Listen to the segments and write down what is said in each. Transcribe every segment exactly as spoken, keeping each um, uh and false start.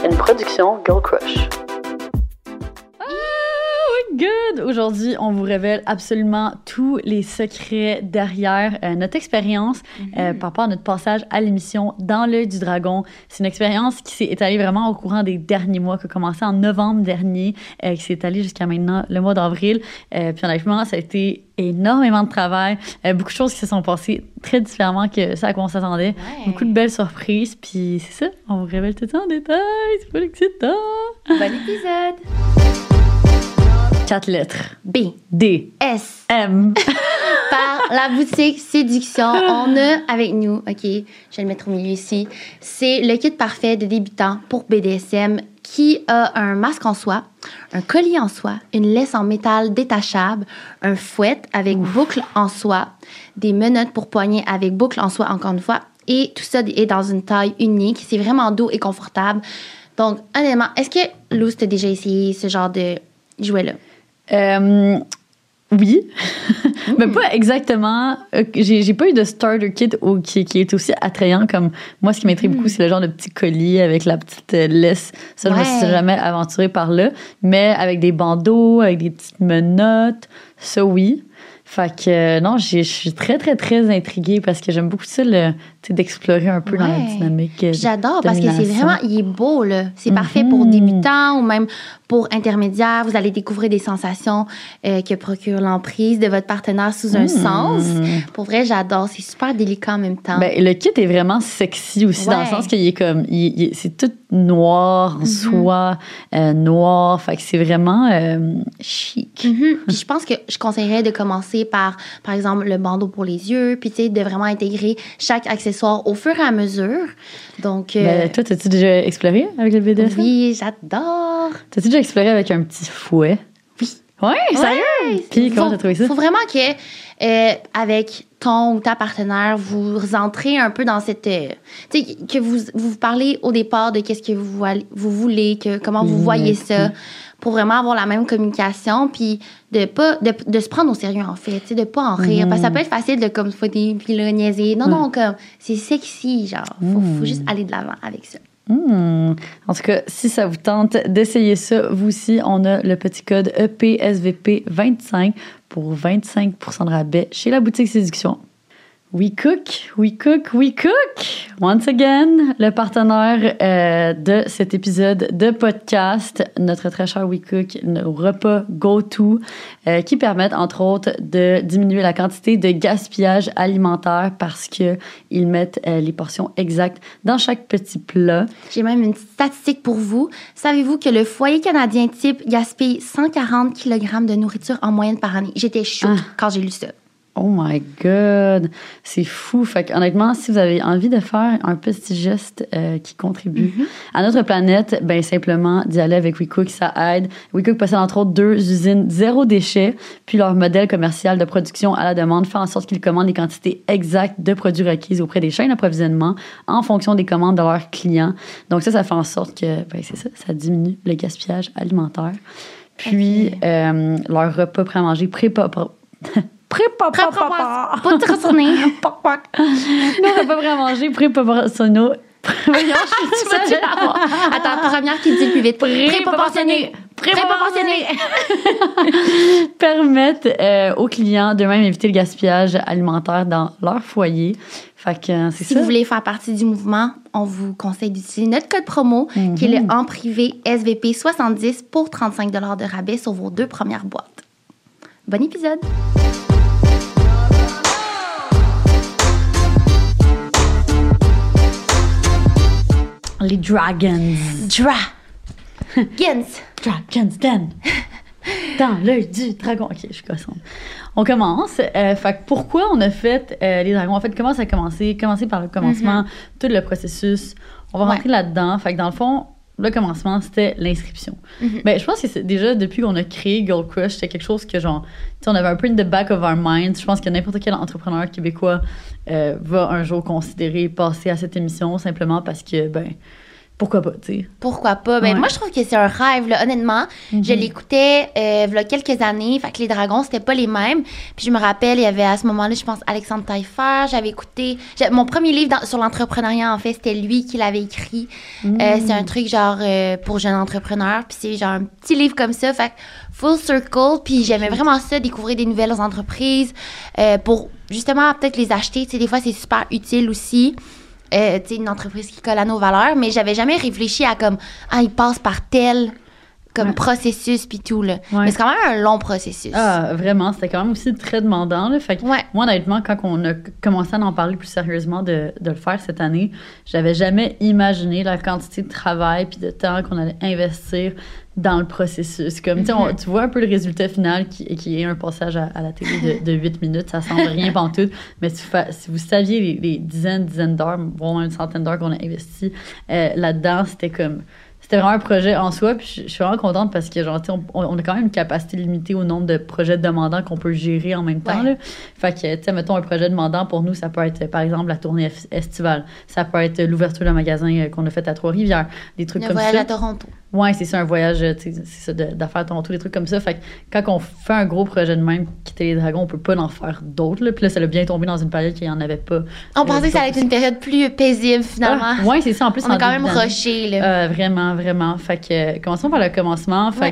une production Girl Crush. Good! Aujourd'hui, on vous révèle absolument tous les secrets derrière euh, notre expérience mm-hmm. euh, par rapport à notre passage à l'émission Dans l'œil du dragon. C'est une expérience qui s'est étalée vraiment au courant des derniers mois, qui a commencé en novembre dernier, euh, qui s'est étalée jusqu'à maintenant, le mois d'avril. Euh, puis honnêtement, ça a été énormément de travail, euh, beaucoup de choses qui se sont passées très différemment que ça à quoi on s'attendait. Ouais. Beaucoup de belles surprises, puis c'est ça, on vous révèle tout ça en détail, c'est pas excitant! Bon épisode! Quatre lettres. B. D. S. M. Par la boutique Séduction, on a avec nous, OK, je vais le mettre au milieu ici, c'est le kit parfait de débutant pour B D S M qui a un masque en soie, un collier en soie, une laisse en métal détachable, un fouet avec Ouf. boucle en soie, des menottes pour poignets avec boucle en soie, encore une fois, et tout ça est dans une taille unique. C'est vraiment doux et confortable. Donc, honnêtement, est-ce que Luz t'a déjà essayé ce genre de jouet-là? Euh, oui, mm. mais pas exactement. J'ai, j'ai pas eu de starter kit au, qui, qui est aussi attrayant comme moi. Ce qui m'intrigue mm. beaucoup, c'est le genre de petit collier avec la petite laisse. Ça, ouais. je me suis jamais aventurée par là. Mais avec des bandeaux, avec des petites menottes, ça, oui. Fait que non, je suis très, très, très intriguée parce que j'aime beaucoup ça, le, d'explorer un peu ouais. dans la dynamique. J'adore parce que c'est vraiment, il est beau, là. C'est mm-hmm. parfait pour débutants ou même pour intermédiaires. Vous allez découvrir des sensations euh, que procure l'emprise de votre partenaire sous un mm. sens. Pour vrai, j'adore. C'est super délicat en même temps. Ben, le kit est vraiment sexy aussi ouais. dans le sens qu'il est comme, il, il, c'est tout noir, en mm-hmm. soie, euh, noir. Fait que c'est vraiment euh, chic. Mm-hmm. Puis je pense que je conseillerais de commencer par, par exemple, le bandeau pour les yeux, puis tu sais, de vraiment intégrer chaque accessoire au fur et à mesure. Donc, euh, ben, toi, t'as-tu déjà exploré avec le B D S M? Oui, j'adore. T'as-tu déjà exploré avec un petit fouet? Oui. Ouais, sérieux? Ouais. Puis comment t'as trouvé ça? Faut vraiment que, euh, avec ton ou ta partenaire, vous entrez un peu dans cette... Euh, tu sais, que vous, vous parlez au départ de qu'est-ce que vous, vous voulez, que, comment vous voyez ça, pour vraiment avoir la même communication, puis de pas de, de se prendre au sérieux, en fait, tu sais, de pas en rire. Mm. Parce que ça peut être facile de comme fouetter, puis le niaiser. Non, mm. non, comme, c'est sexy, genre. Faut, mm. faut juste aller de l'avant avec ça. Mmh. En tout cas, si ça vous tente d'essayer ça, vous aussi, on a le petit code E P S V P vingt-cinq pour vingt-cinq pour cent de rabais chez la boutique Séduction. We cook, we cook, we cook! Once again, le partenaire euh, de cet épisode de podcast, notre très cher We Cook, nos repas go-to, euh, qui permettent, entre autres, de diminuer la quantité de gaspillage alimentaire parce qu'ils mettent euh, les portions exactes dans chaque petit plat. J'ai même une petite statistique pour vous. Savez-vous que le foyer canadien type gaspille cent quarante kilogrammes de nourriture en moyenne par année? J'étais choquée ah. quand j'ai lu ça. Oh my God! C'est fou. Fait qu'honnêtement, si vous avez envie de faire un petit geste euh, qui contribue mm-hmm. à notre planète, ben simplement d'y aller avec We Cook, ça aide. We Cook possède entre autres deux usines zéro déchet, puis leur modèle commercial de production à la demande fait en sorte qu'ils commandent les quantités exactes de produits requises auprès des chaînes d'approvisionnement en fonction des commandes de leurs clients. Donc ça, ça fait en sorte que, ben c'est ça, ça diminue le gaspillage alimentaire. Puis, okay. euh, leur repas pré-mangé, pré-pas... Pré-papa. Pas de retourner. Non, on peut pas manger. Pré-proportionné. Attends, première qui dit le plus vite. Pré-proportionné. Pré-proportionné. Permettent euh, aux clients d'eux-mêmes éviter le gaspillage alimentaire dans leur foyer. Fait que euh, c'est si ça. vous voulez faire partie du mouvement, on vous conseille d'utiliser notre code promo mm-hmm. qui est le en privé S V P soixante-dix pour trente-cinq dollars de rabais sur vos deux premières boîtes. Bon épisode! Les dragons. Dra. Gens. Dragons den. Dans l'œil du dragon. OK, je suis cossante. On commence. Euh, fait que pourquoi on a fait euh, les dragons? En fait, comment ça a commencé? Commencer par le commencement, mm-hmm. tout le processus. On va rentrer ouais. là-dedans. Fait que dans le fond, le commencement, c'était l'inscription. Mm-hmm. Ben, je pense que c'est déjà depuis qu'on a créé Girl Crush, c'était quelque chose que genre, tu sais, on avait un peu in the back of our minds. Je pense que n'importe quel entrepreneur québécois euh, va un jour considérer passer à cette émission simplement parce que, ben, pourquoi pas, tu sais. Pourquoi pas? Ben, Ouais. moi, je trouve que c'est un rêve, là, honnêtement. Mm-hmm. Je l'écoutais euh, il y a quelques années, fait que les dragons, c'était pas les mêmes. Puis je me rappelle, il y avait à ce moment-là, je pense, Alexandre Taillefer. J'avais écouté... j'ai- Mon premier livre dans- sur l'entrepreneuriat, en fait, c'était lui qui l'avait écrit. Mm. Euh, c'est un truc, genre, euh, pour jeunes entrepreneurs. Puis c'est genre un petit livre comme ça, fait que full circle. Puis j'aimais vraiment ça, découvrir des nouvelles entreprises euh, pour, justement, peut-être les acheter. Tu sais, des fois, c'est super utile aussi. Euh, tu sais, une entreprise qui colle à nos valeurs, mais j'avais jamais réfléchi à comme, ah, il passe par tel comme Ouais. processus puis tout, là. Ouais. Mais c'est quand même un long processus. Ah, vraiment, c'était quand même aussi très demandant, là. Fait que Ouais. moi, honnêtement, quand on a commencé à en parler plus sérieusement de, de le faire cette année, j'avais jamais imaginé la quantité de travail puis de temps qu'on allait investir dans le processus. Comme, tu sais, on- tu vois un peu le résultat final qui, qui est un passage à, à la télé de, de huit minutes, ça semble rien pantoute, mais si, fa- si vous saviez les, les dizaines, dizaines d'heures, voire une centaine d'heures qu'on a investi euh, là-dedans, c'était comme... C'était vraiment un projet en soi, puis je, je suis vraiment contente parce que, genre, tu sais, on, on a quand même une capacité limitée au nombre de projets demandants qu'on peut gérer en même temps, Ouais. là. Fait que, tu sais, mettons, un projet demandant pour nous, ça peut être, par exemple, la tournée ef- estivale. Ça peut être l'ouverture d'un magasin euh, qu'on a fait à Trois-Rivières. Des trucs Le comme voyage ça. à Toronto. Ouais, c'est ça, un voyage, tu sais, c'est ça, de- d'affaires Toronto, des trucs comme ça. Fait que quand on fait un gros projet de même, quitter les dragons, on peut pas en faire d'autres, là. Puis là, ça a bien tombé dans une période qu'il y en avait pas. On Euh, pensait que ça allait être une période plus paisible, finalement. Ah, ouais, c'est ça. En plus, On a en quand début même d'année. rushé, là. Euh, vraiment, vraiment. Fait que, euh, commençons par le commencement. Fait Ouais. que,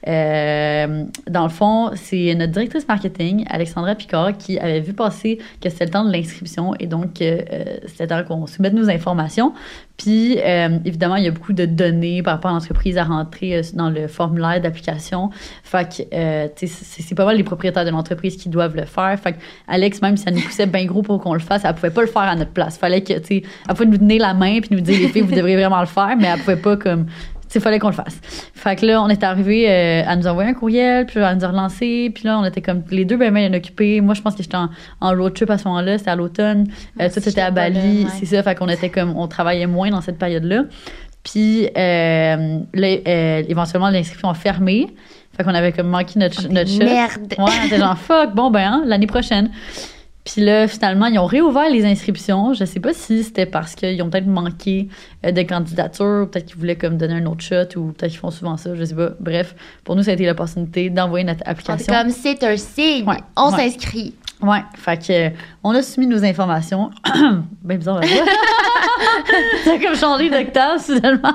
euh, dans le fond, c'est notre directrice marketing, Alexandra Picard, qui avait vu passer que c'était le temps de l'inscription et donc euh, euh, c'était le temps qu'on soumette nos informations. Puis, euh, évidemment, il y a beaucoup de données par rapport à l'entreprise à rentrer euh, dans le formulaire d'application. Fait que, euh, tu sais, c'est c'est pas mal les propriétaires de l'entreprise qui doivent le faire. Fait que, Alex, même si ça nous poussait bien gros pour qu'on le fasse, elle pouvait pas le faire à notre place. Fallait que, tu sais, elle pouvait nous donner la main puis nous dire, les filles, vous devriez vraiment le faire, mais elle pouvait pas comme... Il fallait qu'on le fasse. Fait que là, on est arrivé euh, à nous envoyer un courriel, puis à nous relancer, puis là, on était comme les deux bien bien occupés. Moi, je pense que j'étais en, en road trip à ce moment-là, c'était à l'automne. Moi Euh, aussi, toi, c'était à j'étais pas là, Bali, ouais. c'est ça. Fait qu'on était comme, on travaillait moins dans cette période-là. Puis, euh, là, euh, éventuellement, l'inscription a fermé. Fait qu'on avait comme manqué notre, notre shot. Merde. Ouais, on était genre, fuck, bon, ben, hein, l'année prochaine. Puis là, finalement, ils ont réouvert les inscriptions. Je sais pas si c'était parce qu'ils ont peut-être manqué euh, de candidatures, peut-être qu'ils voulaient comme donner un autre shot, ou peut-être qu'ils font souvent ça, je sais pas. Bref, pour nous, ça a été l'opportunité d'envoyer notre On est application. comme, c'est un signe. Ouais. On Ouais. s'inscrit. Ouais, fait que euh, on a soumis nos informations. Ben bizarre, là. Ça a comme changé d'octave, soudainement.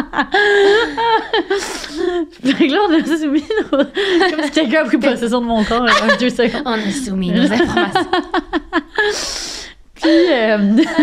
Fait que là, on a soumis nos... Comme si quelqu'un a pris possession de mon corps là, en deux secondes. On a soumis nos informations. Puis, euh,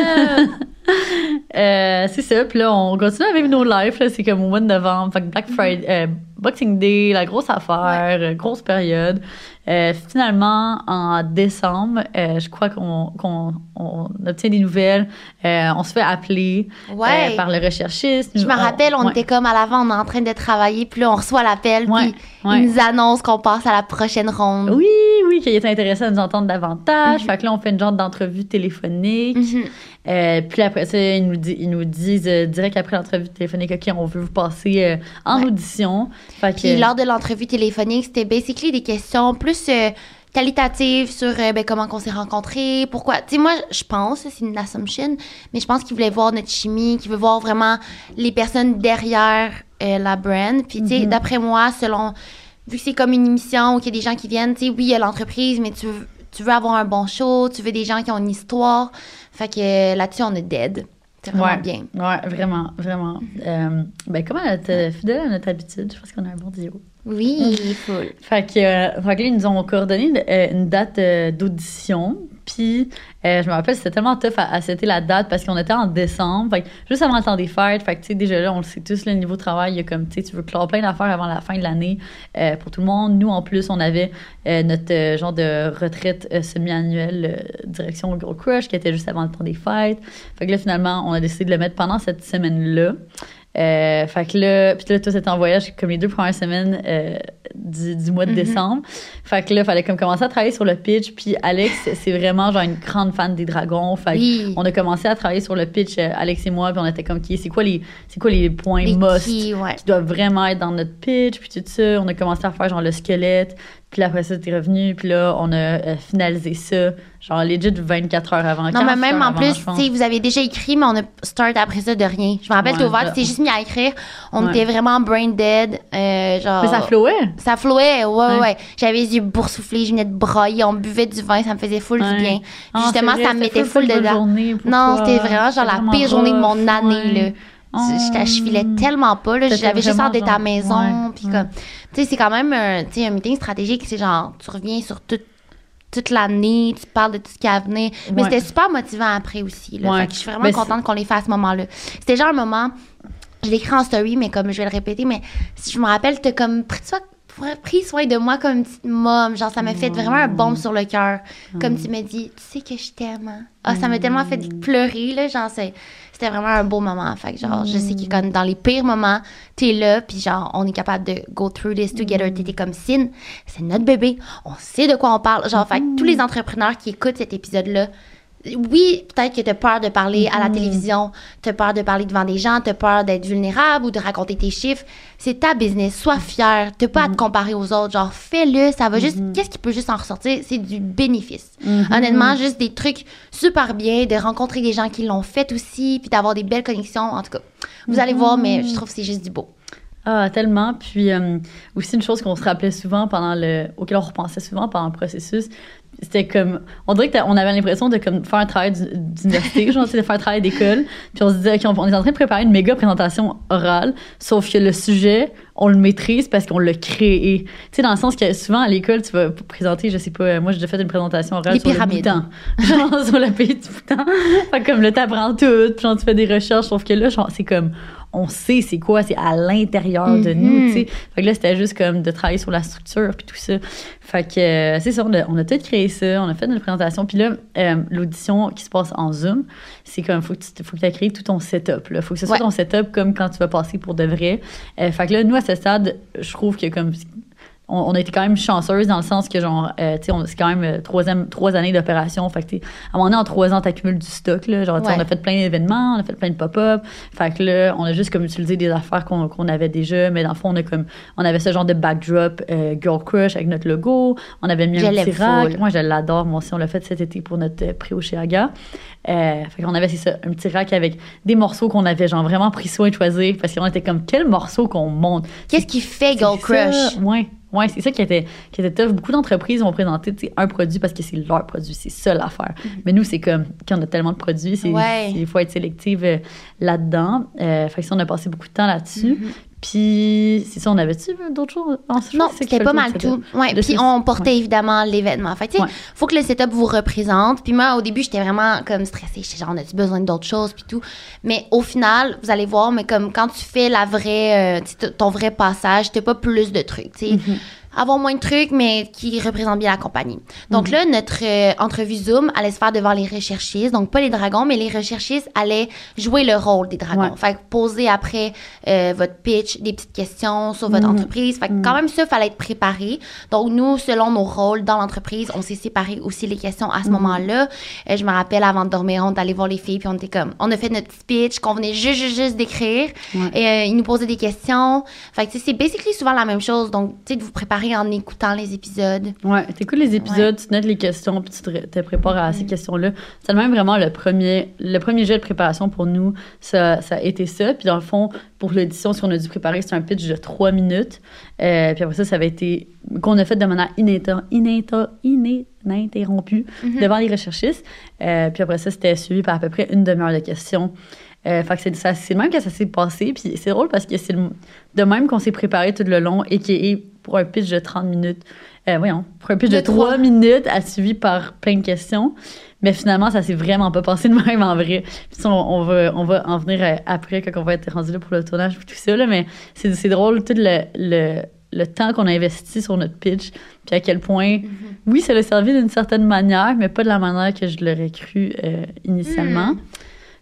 euh, c'est ça. Puis là, on continue à vivre nos lives. Là. C'est comme au mois de novembre. Fait que Black Friday, euh, Boxing Day, la grosse affaire, euh, grosse période. Euh, finalement, en décembre, euh, je crois qu'on qu'on on obtient des nouvelles. Euh, on se fait appeler Ouais. euh, par le recherchiste. Je me On- rappelle, on ouais. était comme à l'avant, on est en train de travailler, puis là, on reçoit l'appel, Ouais, puis ouais. ils nous annoncent qu'on passe à la prochaine ronde. Oui, oui, qu'il était intéressé à nous entendre davantage. Mhm. Fait que là, on fait une genre d'entrevue téléphonique. Mhm. Euh, puis après ça, ils nous, di- ils nous disent euh, direct après l'entrevue téléphonique, OK, on veut vous passer euh, en Ouais. audition. Fait que, Puis lors de l'entrevue téléphonique, c'était basically des questions plus euh, qualitatives sur euh, ben, comment on s'est rencontrés, pourquoi. Tu sais, moi, je pense, c'est une assumption, mais je pense qu'ils voulaient voir notre chimie, qu'ils veulent voir vraiment les personnes derrière euh, la brand. Puis, tu sais, Mhm. d'après moi, selon. Vu que c'est comme une émission où il y a des gens qui viennent, tu sais, oui, il y a l'entreprise, mais tu veux, tu veux avoir un bon show, tu veux des gens qui ont une histoire. Fait que euh, là-dessus, on est dead. C'est vraiment ouais, bien. ouais, vraiment, vraiment. Euh, ben, comment être fidèle à notre habitude? Je pense qu'on a un bon duo. Oui, full. Fait que, euh, fait que là, ils nous ont coordonné euh, une date euh, d'audition. Puis, euh, je me rappelle, c'était tellement tough à, à setter la date parce qu'on était en décembre. Fait que juste avant le temps des fêtes. Fait que, tu sais, déjà là, on le sait tous, le niveau de travail, il y a comme, tu sais, tu veux clore plein d'affaires avant la fin de l'année euh, pour tout le monde. Nous, en plus, on avait euh, notre euh, genre de retraite euh, semi-annuelle euh, direction Girl Crush qui était juste avant le temps des fêtes. Fait que là, finalement, on a décidé de le mettre pendant cette semaine-là. Euh, fait que là, puis là, tout c'était en voyage comme les deux premières semaines euh, du, du mois de Mhm. décembre. Fait que là, il fallait comme commencer à travailler sur le pitch. Puis Alex, c'est vraiment genre une grande fan des dragons. Fait que Oui. on a commencé à travailler sur le pitch, euh, Alex et moi, puis on était comme, qui c'est quoi les, c'est quoi les points Les must key, ouais. qui doivent vraiment être dans notre pitch, puis tout ça. On a commencé à faire genre le squelette, Puis après ça, t'es revenu. Puis là, on a euh, finalisé ça, genre legit vingt-quatre heures avant. Non, mais même en plus, tu sais, vous avez déjà écrit, mais on a start après ça de rien. Je me rappelle, Ouais, t'es ouvert, là. tu t'es juste mis à écrire. On Ouais. était vraiment brain dead. Euh, genre, Mais ça flowait. Ça flowait, ouais, ouais, Ouais. ouais. J'avais les yeux boursouflés, je venais de brailler, on buvait du vin, ça me faisait full Ouais. du bien. Ah, Justement, c'est ça vrai, me c'était mettait full full bonne dedans. journée pour Non, toi. c'était vraiment genre la Vraiment pire journée de mon rough, année, ouais. là. Je, je filais Oh. tellement pas, là. T'étais J'avais juste vraiment hâte d'être à la genre- maison. ouais, Puis ouais. comme, tu sais, c'est quand même un, tu sais, un meeting stratégique, c'est genre, tu reviens sur tout, toute l'année, tu parles de tout ce qui est à venir. Mais Ouais. c'était super motivant après aussi, là. Ouais. Fait que je suis vraiment Mais contente qu'on l'ait fait à ce moment-là. C'était genre un moment, je l'ai écrit en story, mais comme je vais le répéter, mais si je me rappelle, t'as comme pris soin, pris soin de moi comme une petite môme. Genre, ça m'a fait vraiment un baume sur le cœur. Comme tu me dis, tu sais que je t'aime. Hein? Ah, ça m'a tellement fait pleurer, là. Genre, c'est, c'était vraiment un beau moment. Fait que, genre, je sais que comme dans les pires moments, t'es là, puis genre, on est capable de go through this together. T'étais comme Cine, c'est notre bébé. On sait de quoi on parle. Genre, fait que tous les entrepreneurs qui écoutent cet épisode-là, oui, peut-être que tu as peur de parler à la télévision, tu as peur de parler devant des gens, tu as peur d'être vulnérable ou de raconter tes chiffres. C'est ta business, sois fier, tu pas à te comparer aux autres. Genre, fais-le, ça va juste. Qu'est-ce qui peut juste en ressortir? C'est du bénéfice. Honnêtement, juste des trucs super bien, de rencontrer des gens qui l'ont fait aussi, puis d'avoir des belles connexions. En tout cas, vous allez voir, mais je trouve que c'est juste du beau. Ah, tellement. Puis euh, aussi, une chose qu'on se rappelait souvent pendant le. auquel on repensait souvent pendant le processus, c'était comme. On dirait qu'on avait l'impression de comme, faire un travail d'université, genre, tu sais, de faire un travail d'école. Puis on se disait, OK, on, on est en train de préparer une méga présentation orale, sauf que le sujet, on le maîtrise parce qu'on l'a créé. Tu sais, dans le sens que souvent, à l'école, tu vas présenter, je sais pas, moi, j'ai déjà fait une présentation orale Les sur pyramides. le bouton. Genre, sur le pays du bouton. Fait que comme là, t'apprends tout, puis genre, tu fais des recherches, sauf que là, genre, c'est comme. On sait c'est quoi, c'est à l'intérieur de nous, tu sais. Fait que là, c'était juste comme de travailler sur la structure puis tout ça. Fait que euh, c'est ça, on a, on a tout créé ça, on a fait notre présentation. Puis là, euh, l'audition qui se passe en Zoom, c'est comme, faut que tu faut que tu aies créé tout ton setup, là. Faut que ce soit Ouais. ton setup comme quand tu vas passer pour de vrai. Euh, fait que là, nous, à ce stade, je trouve que comme... On, on a été quand même chanceuse dans le sens que, genre, euh, tu sais, on- c'est quand même euh, troisième, trois années d'opération. Fait que, t'es- à un moment donné, en trois ans, t'accumules du stock, là. Genre, tu sais, Ouais. on a fait plein d'événements, on a fait plein de pop-up. Fait que là, on a juste comme utilisé des affaires qu'on qu'on avait déjà. Mais dans le fond, on a comme, on avait ce genre de backdrop euh, Girl Crush avec notre logo. On avait mis Je un l'aime petit rack. full. Moi, je l'adore. Moi aussi, on l'a fait cet été pour notre euh, pré-Oceaga. Euh, fait qu'on avait, c'est ça, un petit rack avec des morceaux qu'on avait, genre, vraiment pris soin de choisir. Parce qu'on était comme, quel morceau qu'on monte? Qu'est-ce qui fait C'est Gold ça, Crush? Ouais. Ouais, c'est ça qui était, qui était tough. Beaucoup d'entreprises vont présenter tu sais, un produit parce que c'est leur produit, c'est ça l'affaire. Mais nous, c'est comme, quand on a tellement de produits, c'est, Ouais. il faut être sélective euh, là-dedans. Euh, fait que ça, on a passé beaucoup de temps là-dessus. Puis, c'est ça, on avait-tu d'autres choses? En ce Non, moment, c'est ça qui c'était fait pas le mal tour, tout. c'est Ouais, ça. puis Le- on portait ouais. évidemment l'événement. Fait que, tu sais, Ouais. faut que le setup vous représente. Puis moi, au début, j'étais vraiment comme stressée. J'étais genre, on a-tu besoin d'autres choses, puis tout. Mais au final, vous allez voir, mais comme quand tu fais la vraie, euh, tu sais, ton vrai passage, t'as pas plus de trucs, tu sais. Mm-hmm. Avoir moins de trucs, mais qui représentent bien la compagnie. Donc là, notre euh, entrevue Zoom allait se faire devant les recherchistes. Donc, pas les dragons, mais les recherchistes allaient jouer le rôle des dragons. Ouais. Fait que poser après euh, votre pitch, des petites questions sur votre entreprise. Fait que quand même ça, il fallait être préparé. Donc, nous, selon nos rôles dans l'entreprise, on s'est séparé aussi les questions à ce moment-là. Euh, je me rappelle, avant de dormir, on est allé voir les filles, puis on était comme, on a fait notre petit pitch qu'on venait juste, juste, juste d'écrire. Ouais. Et euh, ils nous posaient des questions. Fait que, tu sais, c'est basically souvent la même chose. Donc, tu sais, de vous préparer en écoutant les épisodes. Ouais, t'écoutes les épisodes, tu notes les questions, puis tu te, te prépares à ces questions-là. C'est même vraiment le premier, le premier jet de préparation pour nous, ça, ça a été ça. Puis dans le fond, pour l'audition, ce qu'on a dû préparer, c'est un pitch de trois minutes. Euh, puis après ça, ça avait été, qu'on a fait de manière ininter, ininter, ininterrompue devant les recherchistes. Euh, puis après ça, c'était suivi par à peu près une demi-heure de questions. Euh, fait que c'est, ça, c'est le même que ça s'est passé. Puis c'est drôle parce que c'est le, de même qu'on s'est préparé tout le long et qui est pour un pitch de trente minutes. Euh, voyons, pour un pitch de, De trois trois. minutes, à suivi par plein de questions. Mais finalement, ça s'est vraiment pas passé de même en vrai. Puis ça, on, on, va, on va en venir euh, après, quand on va être rendu là pour le tournage et tout ça. Là, mais c'est, c'est drôle, tout le, le, le temps qu'on a investi sur notre pitch. Puis à quel point, oui, ça l'a servi d'une certaine manière, mais pas de la manière que je l'aurais cru euh, initialement. Mm.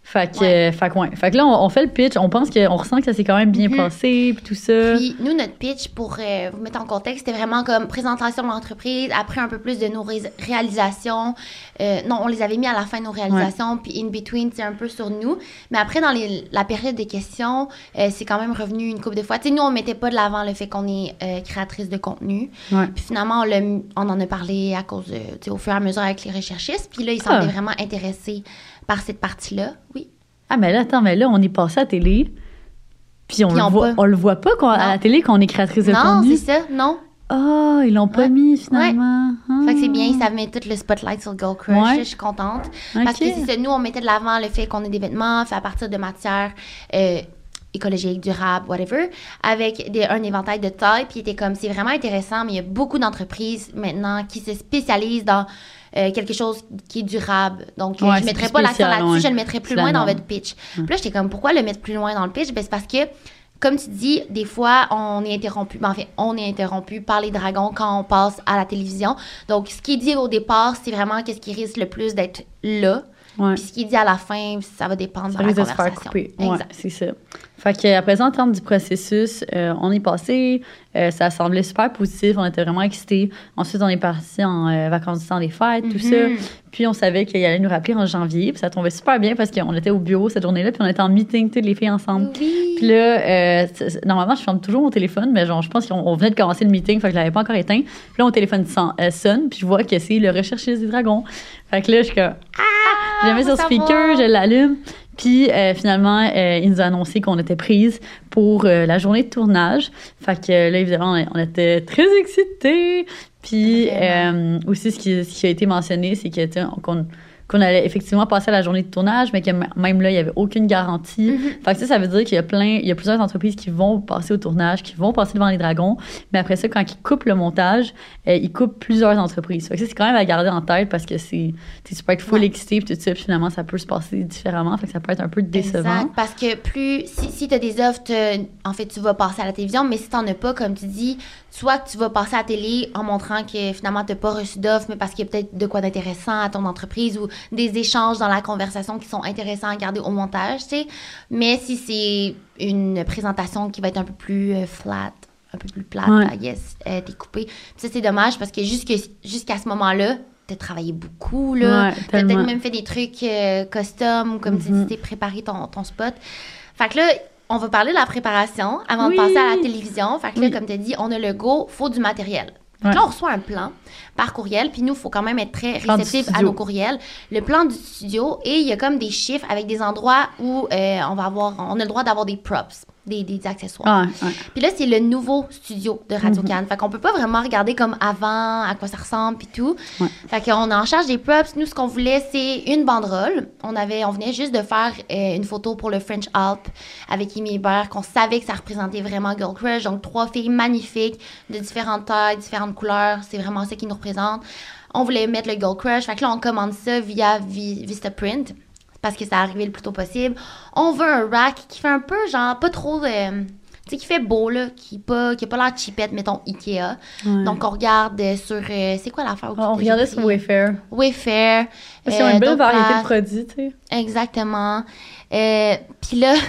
Fait que, Ouais. euh, fait que, ouais. Fait que là, on, on fait le pitch. On pense qu'on ressent que ça s'est quand même bien Mhm. passé, puis tout ça. Puis nous, notre pitch, pour euh, vous mettre en contexte, c'était vraiment comme présentation de l'entreprise, après un peu plus de nos ré- réalisations. Euh, non, on les avait mis à la fin de nos réalisations, puis in between, c'est un peu sur nous. Mais après, dans les, la période des questions, euh, c'est quand même revenu une couple de fois. Tu sais, nous, on mettait pas de l'avant le fait qu'on est euh, créatrice de contenu. Ouais. Puis finalement, on, l'a mis- on en a parlé à cause de, tu sais, au fur et à mesure avec les recherchistes. Puis là, ils Ah. semblaient vraiment intéressés par cette partie-là. Oui. Ah, mais là, attends, mais là, on est passé à la télé, puis on, Puis le, on voit, pas- on le voit pas qu'on- à Non. la télé qu'on est créatrice de Non, contenu. c'est ça, non. Ah, ils l'ont pas Ouais. mis, finalement. Fait que c'est Ah. bien, ça met tout le spotlight sur le Girl Crush. Ouais. Je suis contente. OK. Parce que c'est ça, nous, on mettait de l'avant le fait qu'on ait des vêtements faits à partir de matières euh, écologiques, durables, whatever, avec des, un éventail de taille. Puis il était comme, c'est vraiment intéressant, mais il y a beaucoup d'entreprises maintenant qui se spécialisent dans euh, quelque chose qui est durable. Donc, euh, Ouais, je c'est ne mettrais plus pas l'accent spécial, là-dessus, ouais. je le mettrais plus C'est la loin dans norme. votre pitch. Puis là, j'étais comme, pourquoi le mettre plus loin dans le pitch? Ben, c'est parce que comme tu dis, des fois, on est interrompu. Ben, en fait, on est interrompu par les dragons quand on passe à la télévision. Donc, ce qui est dit au départ, c'est vraiment qu'est-ce qui risque le plus d'être là. Ouais. Puis ce qui est dit à la fin, ça va dépendre Ça de la risque de se faire conversation. couper. Ouais, Exact. c'est ça. Fait que, à présent, en termes du processus, euh, on est passé, euh, ça semblait super positif, on était vraiment excités. Ensuite, on est parti en euh, vacances du temps des fêtes, tout Mhm. ça. Puis, on savait qu'il allait nous rappeler en janvier, puis ça tombait super bien parce qu'on était au bureau cette journée-là, puis on était en meeting, toutes les filles ensemble. Oui. Puis là, euh, c'est- c'est- normalement, je ferme toujours mon téléphone, mais genre, je pense qu'on on venait de commencer le meeting, fait que je l'avais pas encore éteint. Puis là, mon téléphone son- euh, sonne, puis je vois que c'est le recherchiste des dragons. Fait que là, je suis comme, ah! Je le mets faut sur speaker, savoir. je l'allume. Puis euh, finalement, euh, il nous a annoncé qu'on était prise pour euh, la journée de tournage. Fait que euh, là, évidemment, on, on était très excités. Puis euh, aussi, ce qui, ce qui a été mentionné, c'est que, tu sais, qu'on qu'on allait effectivement passer à la journée de tournage, mais que m- même là, il n'y avait aucune garantie. Mhm. Fait que ça, ça veut dire qu'il y a plein, il y a plusieurs entreprises qui vont passer au tournage, qui vont passer devant les dragons, mais après ça, quand ils coupent le montage, euh, ils coupent plusieurs entreprises. Fait que ça, c'est quand même à garder en tête parce que c'est, tu sais, tu peux être full Ouais. excité puis tout ça, puis finalement, ça peut se passer différemment. Fait que ça peut être un peu décevant. Exact, parce que plus, si, si tu as des offres, t'as- en fait, tu vas passer à la télévision, mais si tu n'en as pas, comme tu dis, soit que tu vas passer à la télé en montrant que finalement, tu n'as pas reçu d'offre, mais parce qu'il y a peut-être de quoi d'intéressant à ton entreprise ou des échanges dans la conversation qui sont intéressants à garder au montage, tu sais. Mais si c'est une présentation qui va être un peu plus euh, flat, un peu plus plate, Ouais. I guess, euh, t'es coupé. Puis ça, c'est dommage parce que jusque, jusqu'à ce moment-là, t'as travaillé beaucoup, là. Ouais, T'as tellement. peut-être même fait des trucs euh, custom ou comme tu Mhm. dis, t'es préparé ton, ton spot. Fait que là, on va parler de la préparation avant Oui. de passer à la télévision. Fait que là, Oui. comme tu as dit, on a le go, faut du matériel. Fait Ouais. que là, on reçoit un plan par courriel, puis nous, il faut quand même être très Plan du réceptif à studio. nos courriels. Le plan du studio, et il y a comme des chiffres avec des endroits où euh, on va avoir, on a le droit d'avoir des props, des, des accessoires. Ouais, ouais. Puis là, c'est le nouveau studio de Radio-Can. Fait qu'on peut pas vraiment regarder comme avant, à quoi ça ressemble, puis tout. Ouais. Fait qu'on est en charge des props. Nous, ce qu'on voulait, c'est une banderole. On avait, on venait juste de faire euh, une photo pour le French Alp avec Amy Hébert, qu'on savait que ça représentait vraiment Girl Crush. Donc, trois filles magnifiques, de différentes tailles, différentes couleurs. C'est vraiment ça qui nous représente. On voulait mettre le Girl Crush. Fait que là, on commande ça via Vi- Vistaprint parce que ça arrivait le plus tôt possible. On veut un rack qui fait un peu, genre, pas trop... euh, tu sais, qui fait beau, là, qui n'a pas, qui a pas l'air cheapette, mettons, Ikea. Ouais. Donc, on regarde euh, sur... euh, c'est quoi l'affaire? on regardait sur Wayfair. Wayfair. Parce qu'ils ont euh, une belle d'autres variété places. de produits, tu sais. Exactement. Euh, Puis là,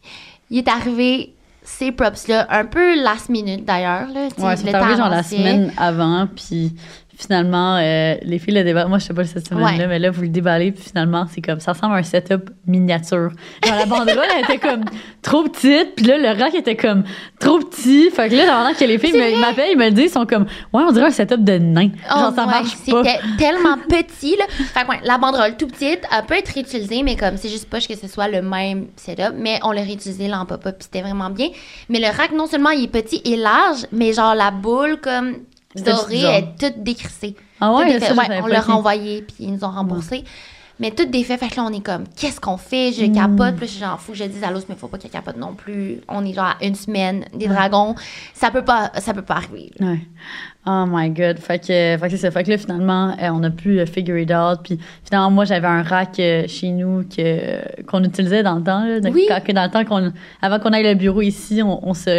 il est arrivé ces props-là, un peu last minute d'ailleurs. Là, tu sais, Ouais, le c'est temps arrivé genre la avançait. semaine avant, puis finalement, euh, les filles le déballent. Moi, je sais pas cette semaine-là, Ouais. mais là, vous le déballez, puis finalement, c'est comme, ça ressemble à un setup miniature. Genre, la banderole, elle était comme trop petite, puis là, le rack était comme trop petit. Fait que là, pendant que les filles C'est me- vrai. m'appellent, ils me le disent, ils sont comme, ouais, on dirait un setup de nain. Genre, Oh, ça ouais, marche pas. C'était tellement petit, là. Fait que, ouais, la banderole tout petite, elle peut être réutilisée, mais comme c'est juste pas que ce soit le même setup, mais on l'a réutilisé là en pop-up, puis c'était vraiment bien. Mais le rack, non seulement il est petit et large, mais genre la boule, comme C'était dorée, bizarre. est toute décrissée. Ah ouais, Tout défait. ça, je Ouais, savais on pas, l'a ok. renvoyé, puis ils nous ont remboursé. Mais tout défait, fait que là, on est comme, qu'est-ce qu'on fait? Je Hmm. capote. Puis là, je suis genre, faut que je dise à l'autre, mais faut pas qu'elle capote non plus. On est genre à une semaine des dragons. Ça peut pas, ça peut pas arriver. là. Ouais. Oh my God. Fait que, fait que c'est ça. Fait que là, finalement, euh, on a pu euh, figure it out. Puis finalement, moi, j'avais un rack euh, chez nous que, qu'on utilisait dans le temps. Là, donc, Oui. quand- que dans le temps qu'on, avant qu'on aille le bureau ici, on, on se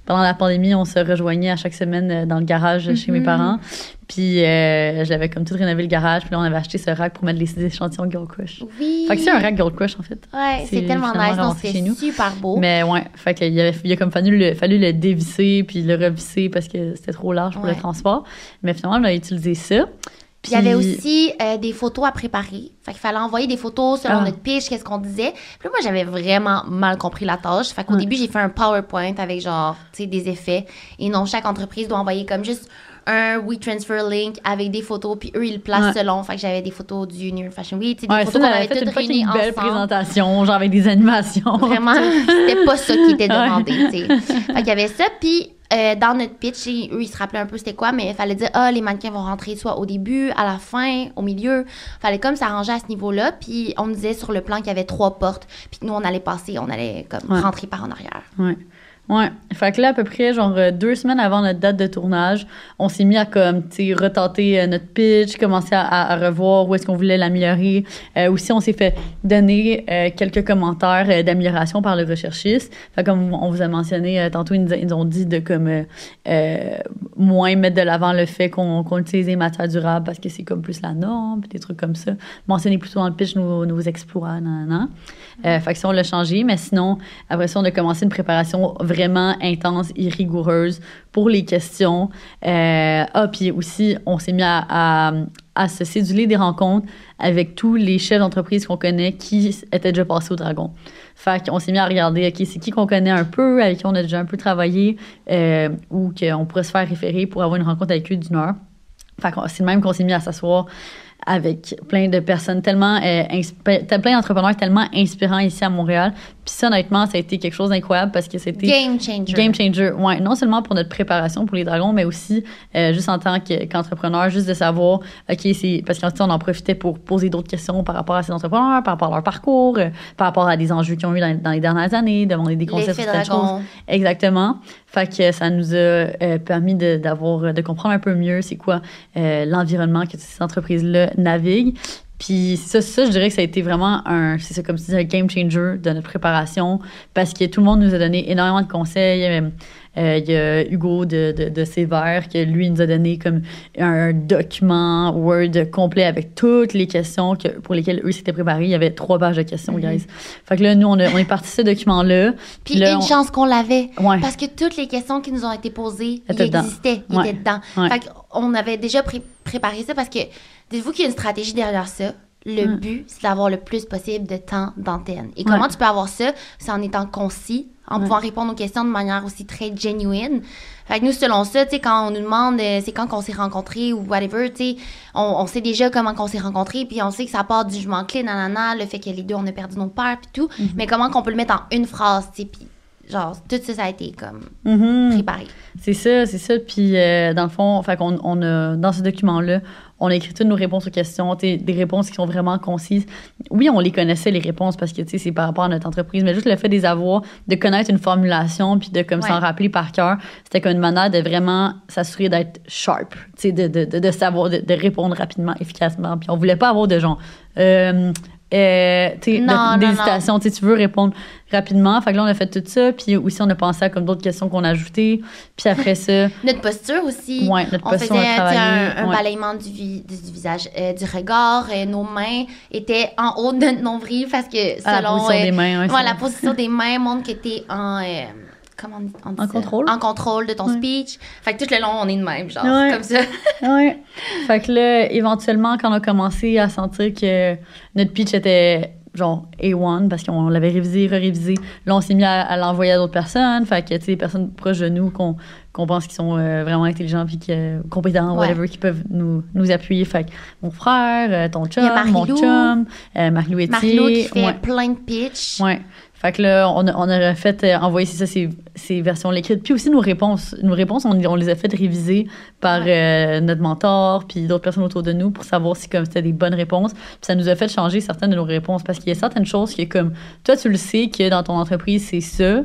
pendant la pandémie, on se rejoignait à chaque semaine dans le garage mm-hmm. chez mes parents. Puis euh, j'avais comme tout rénové le garage. Puis là, on avait acheté ce rack pour mettre les échantillons Girl Crush. Oui. Fait que c'est un rack Girl Crush, en fait. Ouais, c'est, c'est tellement nice. Non, c'est super beau. Mais ouais, fait qu'il y avait, il a comme fallu le, fallu le dévisser puis le revisser parce que c'était trop large pour ouais. le transport. Mais finalement, on a utilisé ça. Puis il y avait aussi euh, des photos à préparer. Fait qu'il fallait envoyer des photos selon ah. notre pitch, qu'est-ce qu'on disait. Puis là, moi, j'avais vraiment mal compris la tâche. Fait qu'au ouais. début, j'ai fait un PowerPoint avec genre, tu sais, des effets. Et non, chaque entreprise doit envoyer comme juste un WeTransfer link avec des photos. Puis eux, ils le placent ouais. selon. Fait que j'avais des photos du New York Fashion Week. Tu sais, des ouais, photos ça, qu'on avait fait toutes réunies ensemble. Une belle présentation, genre avec des animations. Vraiment, c'était pas ça qui était demandé, tu sais. Fait qu'il y avait ça. Puis... Euh, dans notre pitch, eux, ils se rappelaient un peu c'était quoi, mais il fallait dire, ah, les mannequins vont rentrer soit au début, à la fin, au milieu. Il fallait comme s'arranger à ce niveau-là. Puis on disait sur le plan qu'il y avait trois portes. Puis nous, on allait passer, on allait comme ouais. rentrer par en arrière. Ouais. Ouais. Fait que là, à peu près, genre, deux semaines avant notre date de tournage, on s'est mis à, comme, tu sais, retenter euh, notre pitch, commencer à, à, à revoir où est-ce qu'on voulait l'améliorer. Euh, aussi, on s'est fait donner euh, quelques commentaires euh, d'amélioration par le recherchiste. Fait comme on vous a mentionné euh, tantôt, ils nous, ils nous ont dit de, comme, euh, euh, moins mettre de l'avant le fait qu'on, qu'on utilise des matières durables parce que c'est comme plus la norme, puis des trucs comme ça. Mentionner plutôt dans le pitch nos, nos exploits, nan, nan. Euh, fait que ça, on l'a changé. Mais sinon, après ça, on a commencé une préparation vraiment vraiment intense et rigoureuse pour les questions. Euh, ah, puis aussi, on s'est mis à, à, à se céduler des rencontres avec tous les chefs d'entreprise qu'on connaît qui étaient déjà passés au Dragon. Fait qu'on s'est mis à regarder, OK, c'est qui qu'on connaît un peu, avec qui on a déjà un peu travaillé, euh, ou qu'on pourrait se faire référer pour avoir une rencontre avec eux d'une heure. Fait que c'est le même qu'on s'est mis à s'asseoir avec plein de personnes tellement euh, insp- plein d'entrepreneurs tellement inspirants ici à Montréal. Puis ça, honnêtement, ça a été quelque chose d'incroyable parce que c'était... Game changer. Game changer, ouais. Non seulement pour notre préparation pour les dragons, mais aussi euh, juste en tant que, qu'entrepreneur, juste de savoir, OK, c'est... Parce qu'en fait, on en profitait pour poser d'autres questions par rapport à ces entrepreneurs, par rapport à leur parcours, euh, par rapport à des enjeux qu'ils ont eu dans, dans les dernières années, demander des conseils sur certaines choses. Exactement. Fait que ça nous a euh, permis de, d'avoir, de comprendre un peu mieux c'est quoi euh, l'environnement que ces entreprises-là naviguent. Puis ça, ça, je dirais que ça a été vraiment un, c'est ça, comme tu dis, un game changer de notre préparation parce que tout le monde nous a donné énormément de conseils. Euh, il y a Hugo de, de, de Sévère que lui nous a donné comme un document Word complet avec toutes les questions que, pour lesquelles eux s'étaient préparés. Il y avait trois pages de questions, mm-hmm. guys. Fait que là, nous, on, a, on est parti de ce document-là. Puis là, une on... chance qu'on l'avait. Ouais. Parce que toutes les questions qui nous ont été posées, ils existaient, ils ouais. étaient dedans. Ouais. Fait qu'on avait déjà pré- préparé ça parce que, dites-vous qu'il y a une stratégie derrière ça. Le mm. but, c'est d'avoir le plus possible de temps d'antenne. Et comment ouais. tu peux avoir ça? C'est en étant concis, en ouais. pouvant répondre aux questions de manière aussi très genuine. Fait que nous, selon ça, tu sais, quand on nous demande euh, c'est quand qu'on s'est rencontrés ou whatever, tu sais, on, on sait déjà comment qu'on s'est rencontrés, puis on sait que ça part du jugement clé, nanana, le fait que les deux, on a perdu nos pères, puis tout. Mm-hmm. Mais comment qu'on peut le mettre en une phrase, tu sais, puis genre, tout ça, ça a été comme mm-hmm. préparé. C'est ça, c'est ça. Puis, euh, dans le fond, fait qu'on on a, dans ce document-là, on a écrit toutes nos réponses aux questions, des réponses qui sont vraiment concises. Oui, on les connaissait, les réponses, parce que, tu sais, c'est par rapport à notre entreprise, mais juste le fait de les avoir, de connaître une formulation, puis de comme ouais. s'en rappeler par cœur, c'était comme une manière de vraiment s'assurer d'être sharp, tu sais, de, de, de, de savoir, de, de répondre rapidement, efficacement. Puis on voulait pas avoir de genre... Euh, Euh, tu sais, d'hésitation, tu veux répondre rapidement. Fait que là, on a fait tout ça. Puis aussi, on a pensé à comme d'autres questions qu'on a ajoutées. Puis après ça... notre posture aussi. Ouais, notre on posture, faisait on a un, un ouais. balayement du, vi- du, du visage, euh, du regard. Euh, nos mains étaient en haut de notre nombril parce que selon... À la position euh, des mains. Ouais, ouais, la position des mains montre que t'es en... Euh, comment on dit, on dit en ça? contrôle. En contrôle de ton ouais. speech. Fait que tout le long, on est de même, genre, ouais. comme ça. ouais. Fait que là, éventuellement, quand on a commencé à sentir que notre pitch était... genre A un parce qu'on l'avait révisé, révisé. Là, on s'est mis à, à l'envoyer à d'autres personnes. Fait que, tu sais, des personnes proches de nous qu'on, qu'on pense qu'ils sont euh, vraiment intelligents puis que, compétents, ouais. whatever, qui peuvent nous, nous appuyer. Fait que mon frère, euh, ton chum, mon chum, euh, Marie-Lou Etier. Marie-Lou qui fait ouais. plein de pitch. Ouais. Fait que là, on a, on a fait euh, envoyer ça, ces, ces versions écrites. Puis aussi nos réponses. Nos réponses, on, on les a fait réviser par ouais. euh, notre mentor puis d'autres personnes autour de nous pour savoir si comme c'était des bonnes réponses. Puis ça nous a fait changer certaines de nos réponses parce qu'il y a certaines choses qui, comme toi, tu le sais que dans ton entreprise, c'est ça.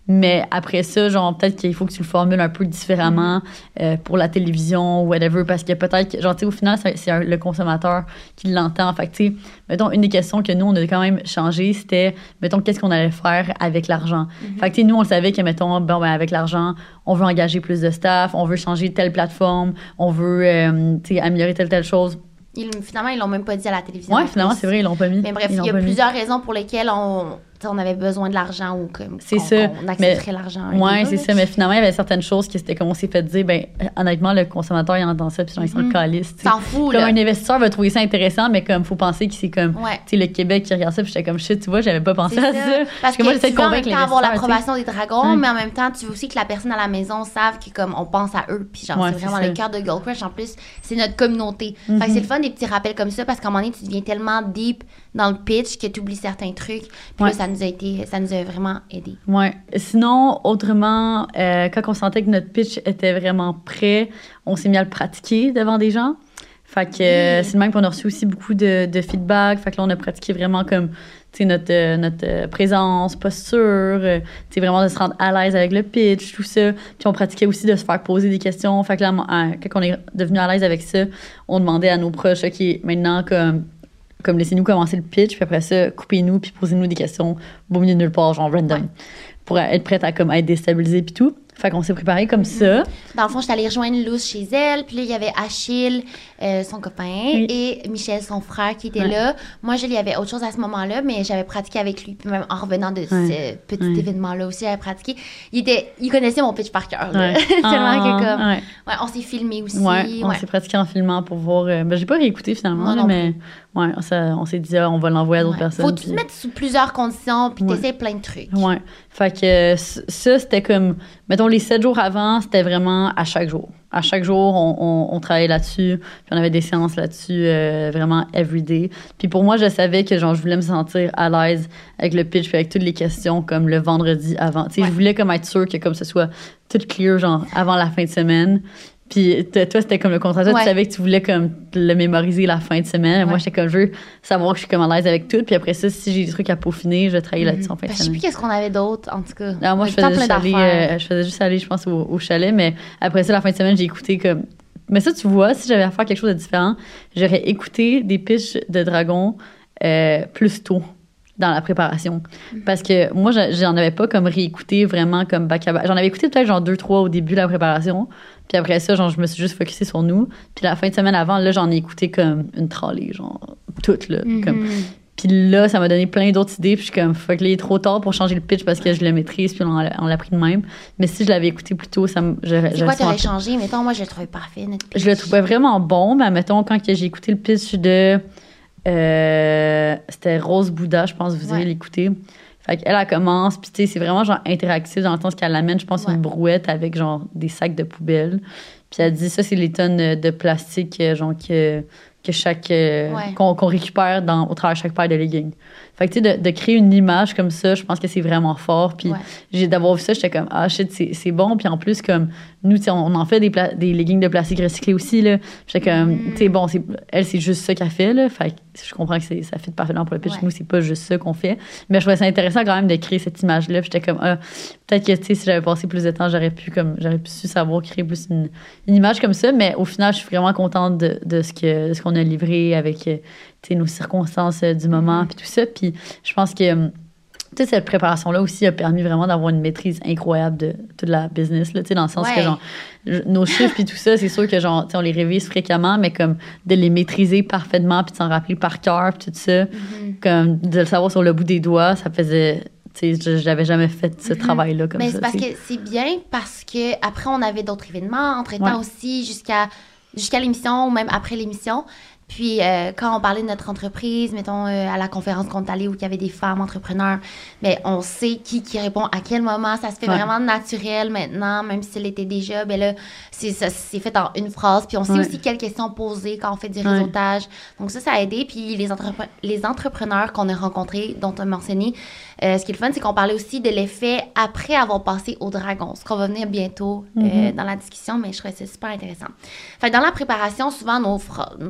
Mais après ça, genre, peut-être qu'il faut que tu le formules un peu différemment euh, pour la télévision ou whatever, parce que peut-être que, genre, tu sais, au final, c'est, c'est un- le consommateur qui l'entend. Fait que, tu sais, mettons, une des questions que nous, on a quand même changé, c'était, mettons, qu'est-ce qu'on allait faire avec l'argent. Mhm. Fait que, tu sais, nous, on savait que, mettons, bon, ben, avec l'argent, on veut engager plus de staff, on veut changer telle plateforme, on veut, euh, tu sais, améliorer telle, telle chose. Ils, finalement, ils l'ont même pas dit à la télévision. Ouais, finalement, c'est vrai, ils l'ont pas mis. Mais bref, Ils il l'ont y a pas mis. plusieurs raisons pour lesquelles on, on avait besoin de l'argent ou comme C'est qu'on, ça, qu'on accepterait l'argent. Ouais, c'est ça. Mais finalement, il y avait certaines choses qui c'était comme on s'est fait dire, ben, honnêtement, le consommateur, il entend ça, puis genre, il s'en Mhm. calisse. tu sais. S'en fout, Comme là. un investisseur va trouver ça intéressant, mais comme, faut penser que c'est comme, Ouais. tu sais, le Québec qui regarde ça, puis j'étais comme, shit, tu vois, j'avais pas pensé C'est à ça. ça. Parce que, moi, tu j'essaie de veux en même convaincre temps avoir l'investisseur, l'approbation des dragons, Ouais. mais en même temps, tu veux aussi que la personne à la maison sache que comme on pense à eux. Puis genre, Ouais, c'est c'est vraiment ça. le cœur de Gold Crush. En plus, c'est notre communauté. Fait que Mhm. c'est le fun des petits rappels comme ça parce qu'à un moment donné, tu deviens tellement deep dans le pitch que tu oublies certains trucs. Puis Ouais. là, ça nous a été, ça nous a vraiment aidé. Ouais. Sinon, autrement, euh, quand on sentait que notre pitch était vraiment prêt, on s'est mis à le pratiquer devant des gens. Fait que euh, Oui. c'est le même qu'on a reçu aussi beaucoup de, de feedback. Fait que là, on a pratiqué vraiment comme, tu sais, notre, euh, notre euh, présence, posture, euh, tu sais, vraiment de se rendre à l'aise avec le pitch, tout ça. Puis on pratiquait aussi de se faire poser des questions. Fait que là, à- quand on est devenu à l'aise avec ça, on demandait à nos proches, OK, maintenant, comme, comme laissez-nous commencer le pitch, puis après ça, coupez-nous, puis posez-nous des questions au milieu de nulle part, genre random, Ouais. pour être prête à comme, être déstabilisée, puis tout. Fait qu'on s'est préparé comme ça. Dans le fond, je suis allée rejoindre Luz chez elle. Puis là, il y avait Achille, euh, son copain, Oui. et Michel, son frère, qui était Ouais. là. Moi, je il y avait autre chose à ce moment-là, mais j'avais pratiqué avec lui. Puis même en revenant de ce petit Ouais. événement-là aussi, j'avais pratiqué. Il, était, il connaissait mon pitch par cœur. là. Ouais. Tellement que Ah, comme... ouais. Ouais, on s'est filmé aussi. Ouais, on ouais. s'est pratiqué en filmant pour voir. euh, ben, j'ai pas réécouté finalement, Moi là, non mais ouais, ça- on s'est dit, ah, on va l'envoyer à d'autres Ouais. personnes. Faut que tu puis- te mettes sous plusieurs conditions, puis Ouais. t'essaies plein de trucs. Ouais. Fait que euh, c- ça, c'était comme, mettons, les sept jours avant, c'était vraiment à chaque jour. À chaque jour, on, on, on travaillait là-dessus, puis on avait des séances là-dessus, euh, vraiment everyday. Puis pour moi, je savais que genre, je voulais me sentir à l'aise avec le pitch, puis avec toutes les questions, comme le vendredi avant. Tu sais, Ouais. je voulais comme être sûre que comme ce soit tout clear, genre, avant la fin de semaine. Puis t- toi, c'était comme le contraire. Toi, Ouais. tu savais que tu voulais comme le mémoriser la fin de semaine. Moi, Ouais. j'étais comme, je veux savoir que je suis comme à l'aise avec tout. Puis après ça, si j'ai des trucs à peaufiner, je vais travailler là-dessus en fin de Ben, je sais semaine. plus qu'est-ce qu'on avait d'autre, en tout cas. Alors, moi, On je a tout faisais, le temps juste plein aller, d'affaires. euh, je faisais juste aller, je pense, au, au chalet. Mais après ça, la fin de semaine, j'ai écouté comme. Mais ça, tu vois, si j'avais à faire quelque chose de différent, j'aurais écouté des pitchs de dragons euh, plus tôt dans la préparation. Parce que moi, je- j'en avais pas comme réécouté vraiment comme back à back. J'en avais écouté peut-être genre deux, trois au début de la préparation. Puis après ça, genre, je me suis juste focusée sur nous. Puis la fin de semaine avant, là, j'en ai écouté comme une trolley, genre, toute, là. Comme, Mhm. puis là, ça m'a donné plein d'autres idées. Puis je suis comme, fuck, là, il est trop tard pour changer le pitch parce que je le maîtrise. Puis on l'a, on l'a pris de même. Mais si je l'avais écouté plus tôt, ça me. j'aurais- C'est j'aurais quoi t'aurais sûrement- changé? Mettons, moi, je le trouvais parfait, notre pitch. Je le trouvais vraiment bon. Mais mettons, quand que j'ai écouté le pitch de. euh, c'était Rose Bouddha, je pense, vous Ouais. irez l'écouter. Fait qu'elle, elle commence, puis tu sais, c'est vraiment genre interactif dans le sens qu'elle amène, je pense, Ouais. une brouette avec genre des sacs de poubelle. Puis elle dit, ça, c'est les tonnes euh, de plastique, euh, genre, que, que chaque. euh, Ouais. qu'on, qu'on récupère dans, au travers de chaque paire de leggings. Fait que tu sais, de, de créer une image comme ça, je pense que c'est vraiment fort. Puis Ouais. j'ai d'avoir vu ça, j'étais comme, ah shit, c'est, c'est bon. Puis en plus, comme, nous, tu sais, on, on en fait des, pla- des leggings de plastique recyclé aussi, là. J'étais comme, Mm. tu sais, bon, c'est, elle, c'est juste ça qu'elle fait, là. Fait que je comprends que c'est, ça fit parfaitement pour le pitch. Ouais. Nous, c'est pas juste ça qu'on fait. Mais je trouvais ça intéressant quand même de créer cette image-là. Puis j'étais comme, ah, peut-être que, tu sais, si j'avais passé plus de temps, j'aurais pu, comme, j'aurais pu su savoir créer plus une, une image comme ça. Mais au final, je suis vraiment contente de, de ce que, de ce qu'on a livré avec, euh, tu sais, nos circonstances euh, du moment, Mhm. puis tout ça. Puis je pense que, hum, tu sais, cette préparation-là aussi a permis vraiment d'avoir une maîtrise incroyable de toute la business, là, tu sais, dans le sens que, Ouais. genre, je- nos chiffres puis tout ça, c'est sûr que, genre, tu sais, on les révise fréquemment, mais comme de les maîtriser parfaitement puis de s'en rappeler par cœur puis tout ça, Mhm. comme de le savoir sur le bout des doigts, ça faisait, tu sais, je- je n'avais jamais fait ce Mhm. travail-là comme Mais ça. c'est parce tu sais. que c'est bien parce que après on avait d'autres événements entre-temps Ouais. aussi jusqu'à jusqu'à l'émission ou même après l'émission. Puis euh, quand on parlait de notre entreprise, mettons euh, à la conférence qu'on est allé où il y avait des femmes entrepreneurs, mais on sait qui qui répond à quel moment, ça se fait Ouais. vraiment naturel maintenant, même si elle était déjà, ben là c'est ça c'est fait en une phrase. Puis on sait Ouais. aussi quelles questions poser quand on fait du Ouais. réseautage. Donc ça ça a aidé. Puis les entrepre- les entrepreneurs qu'on a rencontrés, dont on a mentionné, euh, ce qui est le fun, c'est qu'on parlait aussi de l'effet après avoir passé au dragon, ce qu'on va venir bientôt euh, Mhm. dans la discussion, mais je trouvais ça super intéressant. Fait que dans la préparation, souvent, nos, phra- nos questions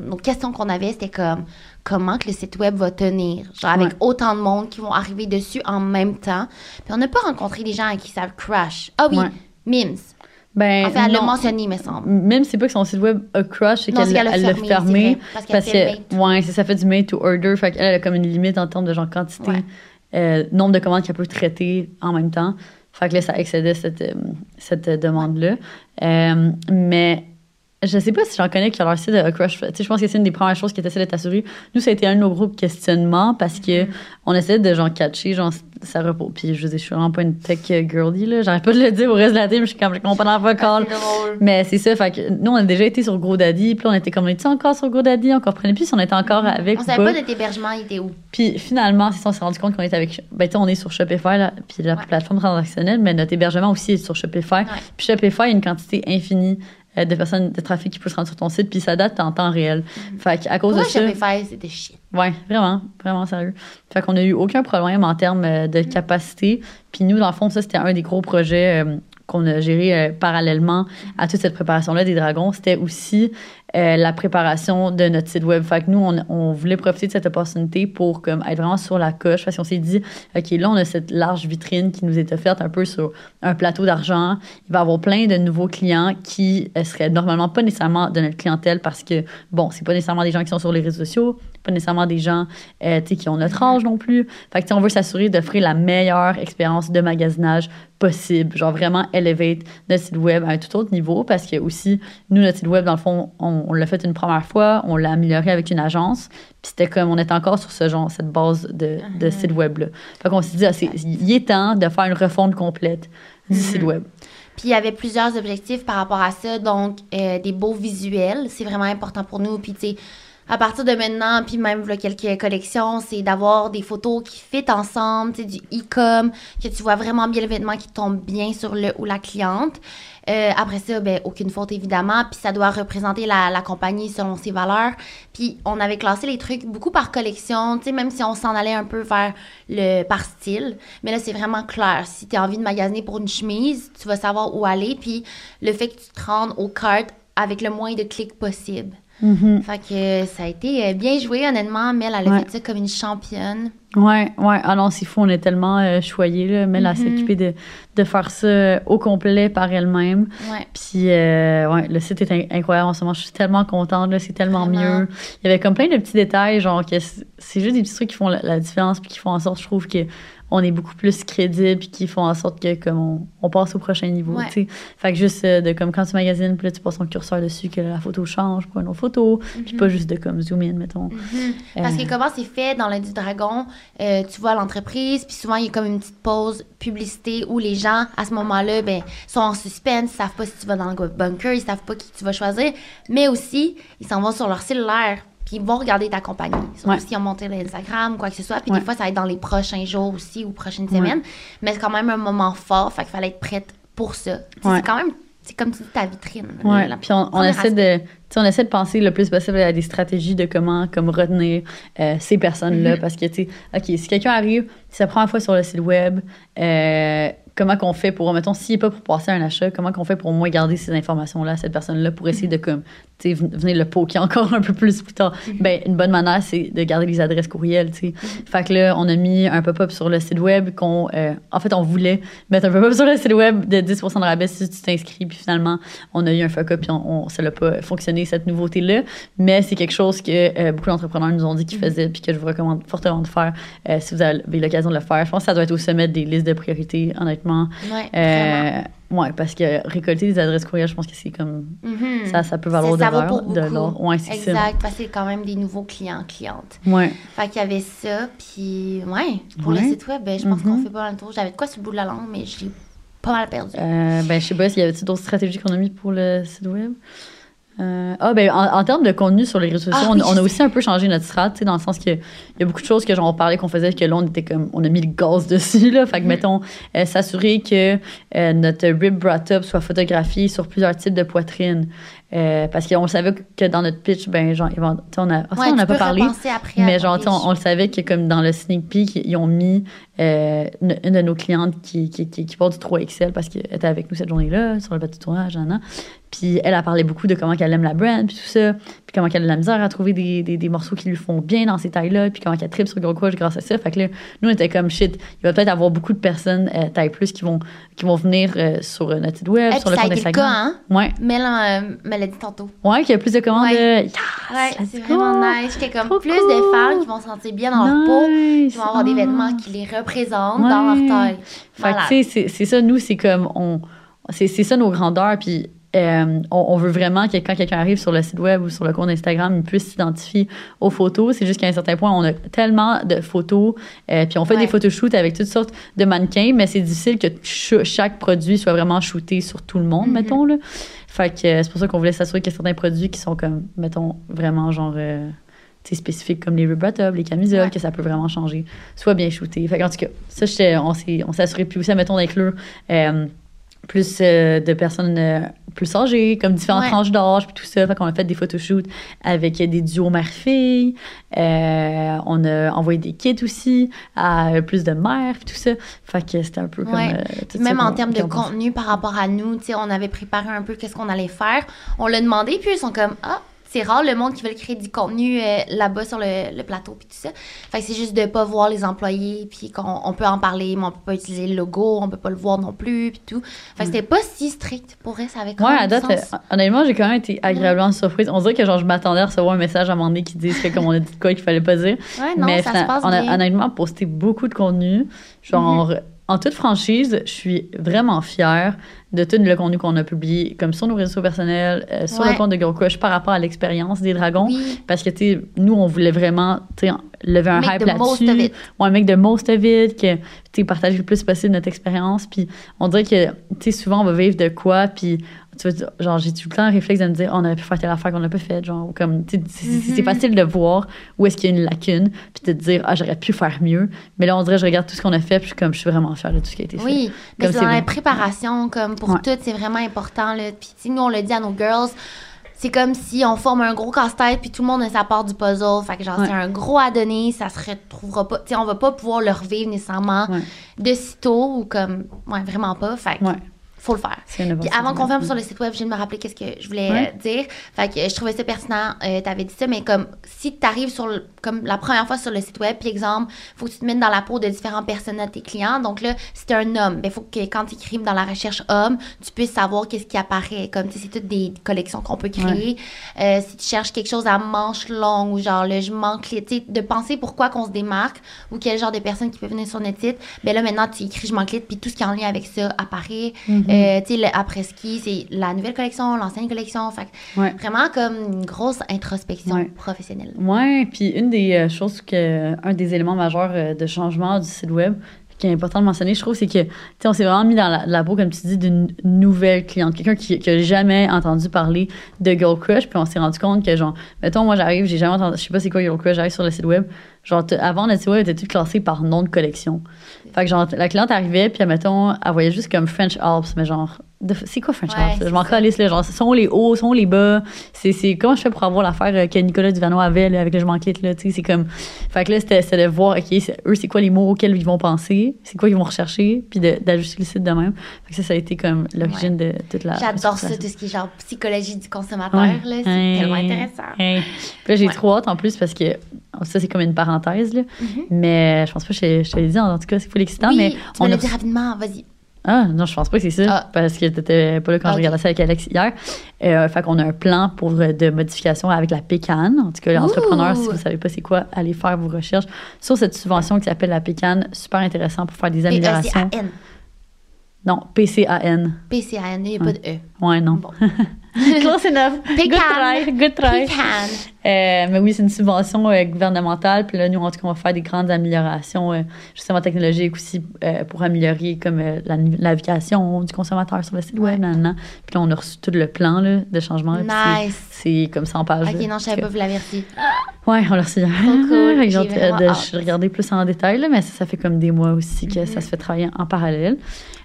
question qu'on avait, c'était comme comment que le site web va tenir, genre avec Ouais. autant de monde qui vont arriver dessus en même temps. Puis on n'a pas rencontré des gens à qui ça crash. Ah oui, Ouais. Mims. Ben, En fait, elle l'a non. mentionné, il me semble. Même c'est pas que son site web a crush, c'est Non, qu'elle c'est qu'elle a elle l'a fermé, fermé. c'est vrai, parce qu'elle fait que, made to- ouais, c'est ça fait du made to order. Fait qu'elle elle a comme une limite en termes de genre quantité, Ouais. euh, nombre de commandes qu'elle peut traiter en même temps. Fait que là, ça excédait cette, euh, cette demande-là. Euh, mais je sais pas si j'en connais qui a leur site de crush. Tu sais, je pense que c'est une des premières choses qui était celle de t'assurer. Nous, ça a été un de nos groupes questionnements parce que Mm-hmm. on essayait de genre catcher, genre, ça repos. Puis je veux dire, je suis vraiment pas une tech girly, là. J'arrête pas de le dire au reste de la team. Je suis comme, je comprends pas Ah, call. c'est drôle. Mais c'est ça, fait que nous, on a déjà été sur GoDaddy, puis là, on était comme, on était encore sur GoDaddy, on comprenait plus si on était encore avec On ou savait pas. pas notre hébergement, il était où. Puis finalement, c'est ça, on s'est rendu compte qu'on était avec, ben, tu sais, on est sur Shopify, là, puis la Ouais. plateforme transactionnelle, mais notre hébergement aussi est sur Shopify. Ouais. Puis Shopify, il y a une quantité infinie euh, de personnes, de trafic qui peut se rendre sur ton site, puis ça date en temps réel. Fait qu'à cause Pour de moi, ça. Shopify, c'était shit. Ouais, vraiment, vraiment sérieux. Fait qu'on a eu aucun problème en termes euh, de capacité. Puis nous, dans le fond, ça, c'était un des gros projets euh, qu'on a géré euh, parallèlement à toute cette préparation-là des dragons. C'était aussi euh, la préparation de notre site web. Fait que nous, on, on voulait profiter de cette opportunité pour comme, être vraiment sur la coche. Parce qu'on s'est dit, OK, là, on a cette large vitrine qui nous est offerte un peu sur un plateau d'argent. Il va y avoir plein de nouveaux clients qui euh, seraient normalement pas nécessairement de notre clientèle parce que, bon, c'est pas nécessairement des gens qui sont sur les réseaux sociaux, pas nécessairement des gens euh, tu sais, qui ont notre âge non plus. Fait que tu sais, on veut s'assurer d'offrir la meilleure expérience de magasinage possible. Genre vraiment elevate notre site web à un tout autre niveau parce que aussi, nous, notre site web, dans le fond, on, on l'a fait une première fois, on l'a amélioré avec une agence, puis c'était comme, on était encore sur ce genre, cette base de, de site web-là. Fait qu'on s'est dit, ah, c'est, il est temps de faire une refonte complète du site web. Puis il y avait plusieurs objectifs par rapport à ça, donc euh, des beaux visuels, c'est vraiment important pour nous. Puis tu sais, à partir de maintenant, puis même là, quelques collections, c'est d'avoir des photos qui fit ensemble, tu sais, du e-com, que tu vois vraiment bien le vêtement qui tombe bien sur le ou la cliente. Euh, après ça, ben, aucune faute évidemment, puis ça doit représenter la, la compagnie selon ses valeurs. Puis on avait classé les trucs beaucoup par collection, tu sais, même si on s'en allait un peu vers le par style. Mais là, c'est vraiment clair. Si tu as envie de magasiner pour une chemise, tu vas savoir où aller, puis le fait que tu te rendes aux cartes avec le moins de clics possible. Mm-hmm. Fait que ça a été bien joué, honnêtement. Mel, elle a Ouais. fait ça comme une championne. Ouais, ouais. Ah non, c'est fou, on est tellement euh, choyés, là. Mel, elle s'est Mhm. occupée de, de faire ça au complet par elle-même. Ouais. Puis, euh, ouais, le site est in- incroyable en ce moment. Je suis tellement contente, là. C'est tellement Vraiment. mieux. Il y avait comme plein de petits détails, genre, que c'est c'est juste des petits trucs qui font la, la différence, puis qui font en sorte, je trouve, que on est beaucoup plus crédible, puis qui font en sorte que, comme, on, on passe au prochain niveau, Ouais. tu sais. Fait que juste euh, de, comme, quand tu magasines, puis là, tu passes ton curseur dessus, que la photo change pour une autre photo, puis pas juste de, comme, zoom in, mettons. Mhm. Parce Euh. que comment c'est fait dans l'Inde du Dragon, euh, tu vois l'entreprise, puis souvent il y a comme une petite pause publicité où les gens, à ce moment-là, ben, sont en suspense, ils savent pas si tu vas dans le bunker, ils savent pas qui tu vas choisir, mais aussi, ils s'en vont sur leur cellulaire, puis ils vont regarder ta compagnie. Surtout Ouais. s'ils ont monté l'Instagram ou quoi que ce soit, puis Ouais. des fois, ça va être dans les prochains jours aussi ou prochaines Ouais. semaines, mais c'est quand même un moment fort, fait qu'il fallait être prête pour ça. Tu sais, Ouais. C'est quand même, c'est comme tu dis, ta vitrine. Ouais, la puis on, on première essaie aspect. de, tu sais, on essaie de penser le plus possible à des stratégies de comment comme retenir euh, ces personnes-là. Mhm. Parce que, tu sais, OK, si quelqu'un arrive, c'est la première fois sur le site web, euh, comment qu'on fait pour, mettons, s'il n'est pas pour passer un achat, comment qu'on fait pour au moins garder ces informations-là à cette personne-là pour essayer de, comme, tu sais, ven- venir le poker encore un peu plus plus tard. Ben, une bonne manière, c'est de garder les adresses courriels, tu sais. Fait que là, on a mis un pop-up sur le site web qu'on, euh, en fait, on voulait mettre un pop-up sur le site web de dix pour cent de rabais si tu t'inscris, puis finalement, on a eu un fuck-up, puis on, on, ça n'a pas fonctionné, cette nouveauté-là. Mais c'est quelque chose que euh, beaucoup d'entrepreneurs nous ont dit qu'ils faisaient, puis que je vous recommande fortement de faire euh, si vous avez l'occasion de le faire. Je pense que ça doit être au sommet des listes de priorités, honnêtement. Ouais, vraiment. Euh, ouais, parce que récolter des adresses courriels, je pense que c'est comme. Mhm. Ça, ça peut valoir Ça- de ça vaut l'or. pour De beaucoup. l'or. Ouais, c'est ça. Exact, parce que c'est quand même des nouveaux clients, clientes. Ouais. Fait qu'il y avait ça, puis ouais, pour Ouais. le site web, ben, je pense Mhm. qu'on fait pas mal le tour. J'avais de quoi sur le bout de la langue, mais je l'ai pas mal perdu. Euh, ben, je sais pas s'il y avait d'autres stratégies qu'on a mis pour le site web. Euh, ah, ben, en, en termes de contenu sur les réseaux sociaux, Ah, on, oui, on je a aussi sais. un peu changé notre strat, tu sais, dans le sens que il y a beaucoup de choses que genre on parlait qu'on faisait que là on était comme on a mis le gaz dessus là, fait que Mhm. mettons euh, s'assurer que euh, notre rib brought up soit photographié sur plusieurs types de poitrine. Euh, parce qu'on savait que dans notre pitch, ben genre évent- tu sais, on a ah, ça, Ouais, on tu n'a pas peux parlé. repenser après à Mais ton genre, tu sais, pitch. on, on le savait que comme dans le sneak peek, ils ont mis euh, une, une de nos clientes qui, qui, qui, qui porte du trois X L parce qu'elle était avec nous cette journée-là, sur le bateau de tournage, nan, nan. Puis elle a parlé beaucoup de comment elle aime la brand, puis tout ça. Puis comment elle a de la misère à trouver des, des, des morceaux qui lui font bien dans ces tailles-là. Puis comment elle tripe sur Girl Crush grâce à ça. Fait que là, nous, on était comme shit. Il va peut-être avoir beaucoup de personnes euh, taille plus qui vont, qui vont venir euh, sur euh, notre site web, hey, sur le compte Instagram. Ça a été le cas, hein? Ouais. Mais là, euh, me l'a dit tantôt. Ouais, qu'il y a plus de commandes. Ouais, de... yes, ouais c'est vraiment nice. J'étais comme Trop plus cool. de femmes qui vont se sentir bien dans nice. leur peau, qui vont avoir ah. des vêtements qui les représentent ouais. dans leur taille. Fait que, tu sais, c'est, c'est ça, nous, c'est comme, on, c'est, c'est ça nos grandeurs, puis euh, on, on veut vraiment que quand quelqu'un arrive sur le site web ou sur le compte Instagram, il puisse s'identifier aux photos. C'est juste qu'à un certain point, on a tellement de photos, euh, puis on fait ouais. des photoshoots avec toutes sortes de mannequins, mais c'est difficile que ch- chaque produit soit vraiment shooté sur tout le monde, mm-hmm. mettons, là. Fait que euh, c'est pour ça qu'on voulait s'assurer qu'il y a certains produits qui sont comme, mettons, vraiment genre... Euh, spécifiques comme les rebottops, les camisoles, ouais. que ça peut vraiment changer, soit bien shooté. Fait en tout cas, ça, j'étais, on, s'est, on s'est assuré. Puis aussi, mettons, d'inclure euh, plus euh, de personnes euh, plus âgées, comme différentes ouais. tranches d'âge, puis tout ça. Fait qu'on a fait des photoshoots avec des duos mère-fille. Euh, on a envoyé des kits aussi à plus de mères, puis tout ça. Fait que c'était un peu comme... Ouais. Euh, tout Même ça en termes de contenu par rapport à nous, tu sais, on avait préparé un peu qu'est-ce qu'on allait faire. On l'a demandé, puis ils sont comme... ah c'est rare le monde qui veut créer du contenu euh, là-bas sur le, le plateau puis tout ça. Fait que c'est juste de pas voir les employés puis qu'on on peut en parler, mais on peut pas utiliser le logo, on peut pas le voir non plus puis tout. Fait que mm. c'était pas si strict pour elle, ça avait quand ouais, même à date, sens. Euh, honnêtement, j'ai quand même été agréablement surprise. On dirait que genre je m'attendais à recevoir un message à un moment donné qui dise que comme on a dit de quoi qu'il fallait pas dire. Ouais, non, mais ça se passe on a bien. honnêtement posté beaucoup de contenu. Genre mm-hmm. en toute franchise, je suis vraiment fière de tout le contenu qu'on a publié, comme sur nos réseaux personnels, euh, sur ouais. le compte de Girl Crush, par rapport à l'expérience des dragons. Oui. Parce que, tu sais, nous, on voulait vraiment, tu sais, lever un make hype là-dessus. Ouais, make the most of it, que, tu sais, partager le plus possible notre expérience. Puis on dirait que, tu sais, souvent, on va vivre de quoi, puis tu vois, genre, j'ai tout le temps un réflexe de me dire, oh, on aurait pu faire telle affaire qu'on n'a pas faite, genre, comme, tu sais, c'est, mm-hmm. c'est facile de voir où est-ce qu'il y a une lacune, puis de te dire, ah, j'aurais pu faire mieux. Mais là, on dirait, je regarde tout ce qu'on a fait, puis je suis comme, je suis vraiment fière de tout ce qui a été fait. Oui, mais c'est dans la préparation, comme pour ouais. tout, c'est vraiment important, là. Puis, nous, on le dit à nos girls, c'est comme si on forme un gros casse-tête, puis tout le monde a sa part du puzzle. Fait que, genre, ouais. c'est un gros à donner, ça se retrouvera pas. Tu sais, on va pas pouvoir le revivre nécessairement ouais. de sitôt, ou comme, ouais, vraiment pas. Fait que, ouais. faut le faire. Puis avant qu'on ferme sur le site web, je viens de me rappeler qu'est-ce que je voulais ouais. dire. Fait que je trouvais ça pertinent. Euh, t'avais dit ça, mais comme si t'arrives sur le, comme la première fois sur le site web, puis exemple, faut que tu te mettes dans la peau de différentes personnes de tes clients. Donc là, si t'es un homme, ben faut que quand tu écrives dans la recherche homme, tu puisses savoir qu'est-ce qui apparaît. Comme tu sais, c'est toutes des collections qu'on peut créer. Ouais. Euh, si tu cherches quelque chose à manches longues ou genre le je manque les, tu sais, de penser pourquoi qu'on se démarque ou quel genre de personnes qui peuvent venir sur notre site, ben là maintenant tu écris je manque lit, puis tout ce qui est en lien avec ça apparaît. Mm-hmm. Euh, tu sais, après-ski, c'est la nouvelle collection, l'ancienne collection. Fait ouais. vraiment comme une grosse introspection ouais. professionnelle. Oui, puis une des euh, choses, que, un des éléments majeurs euh, de changement du site web qui est important de mentionner, je trouve, c'est que, tu sais, on s'est vraiment mis dans la, la peau, comme tu dis, d'une nouvelle cliente. Quelqu'un qui, qui a jamais entendu parler de Girl Crush, puis on s'est rendu compte que, genre, mettons, moi, j'arrive, j'ai jamais entendu, je sais pas c'est quoi Girl Crush, j'arrive sur le site web. Genre, avant, notre site web était tout classé par nom de collection. Fait que, genre, la cliente arrivait, puis, mettons, elle voyait juste comme French Alps, mais genre, de, c'est quoi French Alps? Ouais, je m'en calisse, là. Genre, ce sont les hauts, ce sont les bas. C'est, c'est comment je fais pour avoir l'affaire que Nicolas Duvano avait, là, avec le je m'en quitte, là, tu sais, c'est comme. Fait que là, c'était, c'était de voir, OK, c'est, eux, c'est quoi les mots auxquels ils vont penser, c'est quoi qu'ils vont rechercher, puis de, d'ajuster le site de même. Fait que ça, ça a été comme l'origine ouais. de toute la. J'adore ça, tout ce qui est genre psychologie du consommateur, ouais. là. C'est hey, tellement intéressant. Hey. Puis là, j'ai ouais. trop hâte en plus parce que ça, c'est comme une parenthèse, là. Mm-hmm. Mais je pense pas que je, je te l'ai dit, en tout cas, c'est full excitant. Oui, mais tu on me l'as a... dit rapidement, vas-y. Ah, non, je pense pas que c'est ça, ah. parce que t'étais pas là quand okay. je regardais ça avec Alex hier. Euh, fait qu'on a un plan pour de modification avec la Pécane. En tout cas, les entrepreneurs, si vous savez pas c'est quoi, allez faire vos recherches sur cette subvention qui s'appelle la Pécane. Super intéressant pour faire des améliorations. P E C A N. Non, P C A N. P C A N, il n'y a pas de E. Ouais, non. Bon. Close enough. Good try, good try. Pécane. Euh, mais oui, c'est une subvention euh, gouvernementale. Puis là, nous, en tout cas, on va faire des grandes améliorations, euh, justement technologiques aussi, euh, pour améliorer comme euh, la navigation du consommateur sur le site web. Ouais. Nan, nan. Puis là, on a reçu tout le plan là, de changement. Nice. C'est, c'est comme cent pages. OK, non, je savais pas, vous l'avez reçu. Ouais, on l'a reçu. Trop cool. J'ai hâte de regarder plus en détail, là, mais ça, ça fait comme des mois aussi que mm-hmm. ça se fait travailler en parallèle.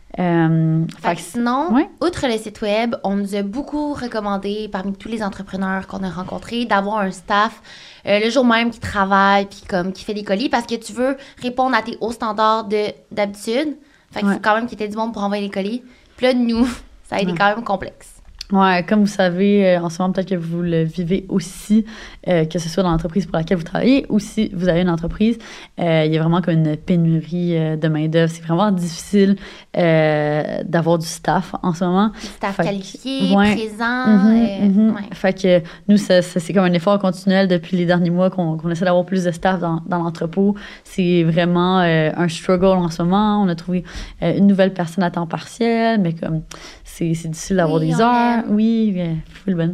Euh, fait que sinon, ouais. outre le site web, on nous a beaucoup recommandé, parmi tous les entrepreneurs qu'on a rencontrés, d'avoir un staff euh, le jour même qui travaille puis comme qui fait des colis parce que tu veux répondre à tes hauts standards de, d'habitude. Fait qu'il ouais. faut quand même qu'il y ait du monde pour envoyer les colis. Puis là, nous, ça a été ouais. quand même complexe. Ouais, comme vous savez, euh, en ce moment, peut-être que vous le vivez aussi, euh, que ce soit dans l'entreprise pour laquelle vous travaillez ou si vous avez une entreprise, euh, il y a vraiment comme une pénurie euh, de main-d'œuvre. C'est vraiment difficile euh, d'avoir du staff en ce moment. Du staff Fait que- qualifié, ouais. présent. Mhm, euh, mhm. ouais. Fait que nous, ça, ça, c'est comme un effort continuel depuis les derniers mois qu'on qu'on essaie d'avoir plus de staff dans, dans l'entrepôt. C'est vraiment euh, un struggle en ce moment. On a trouvé euh, une nouvelle personne à temps partiel, mais comme c'est c'est difficile d'avoir Oui, des on heures. l'aime. Oui, euh, full bonne.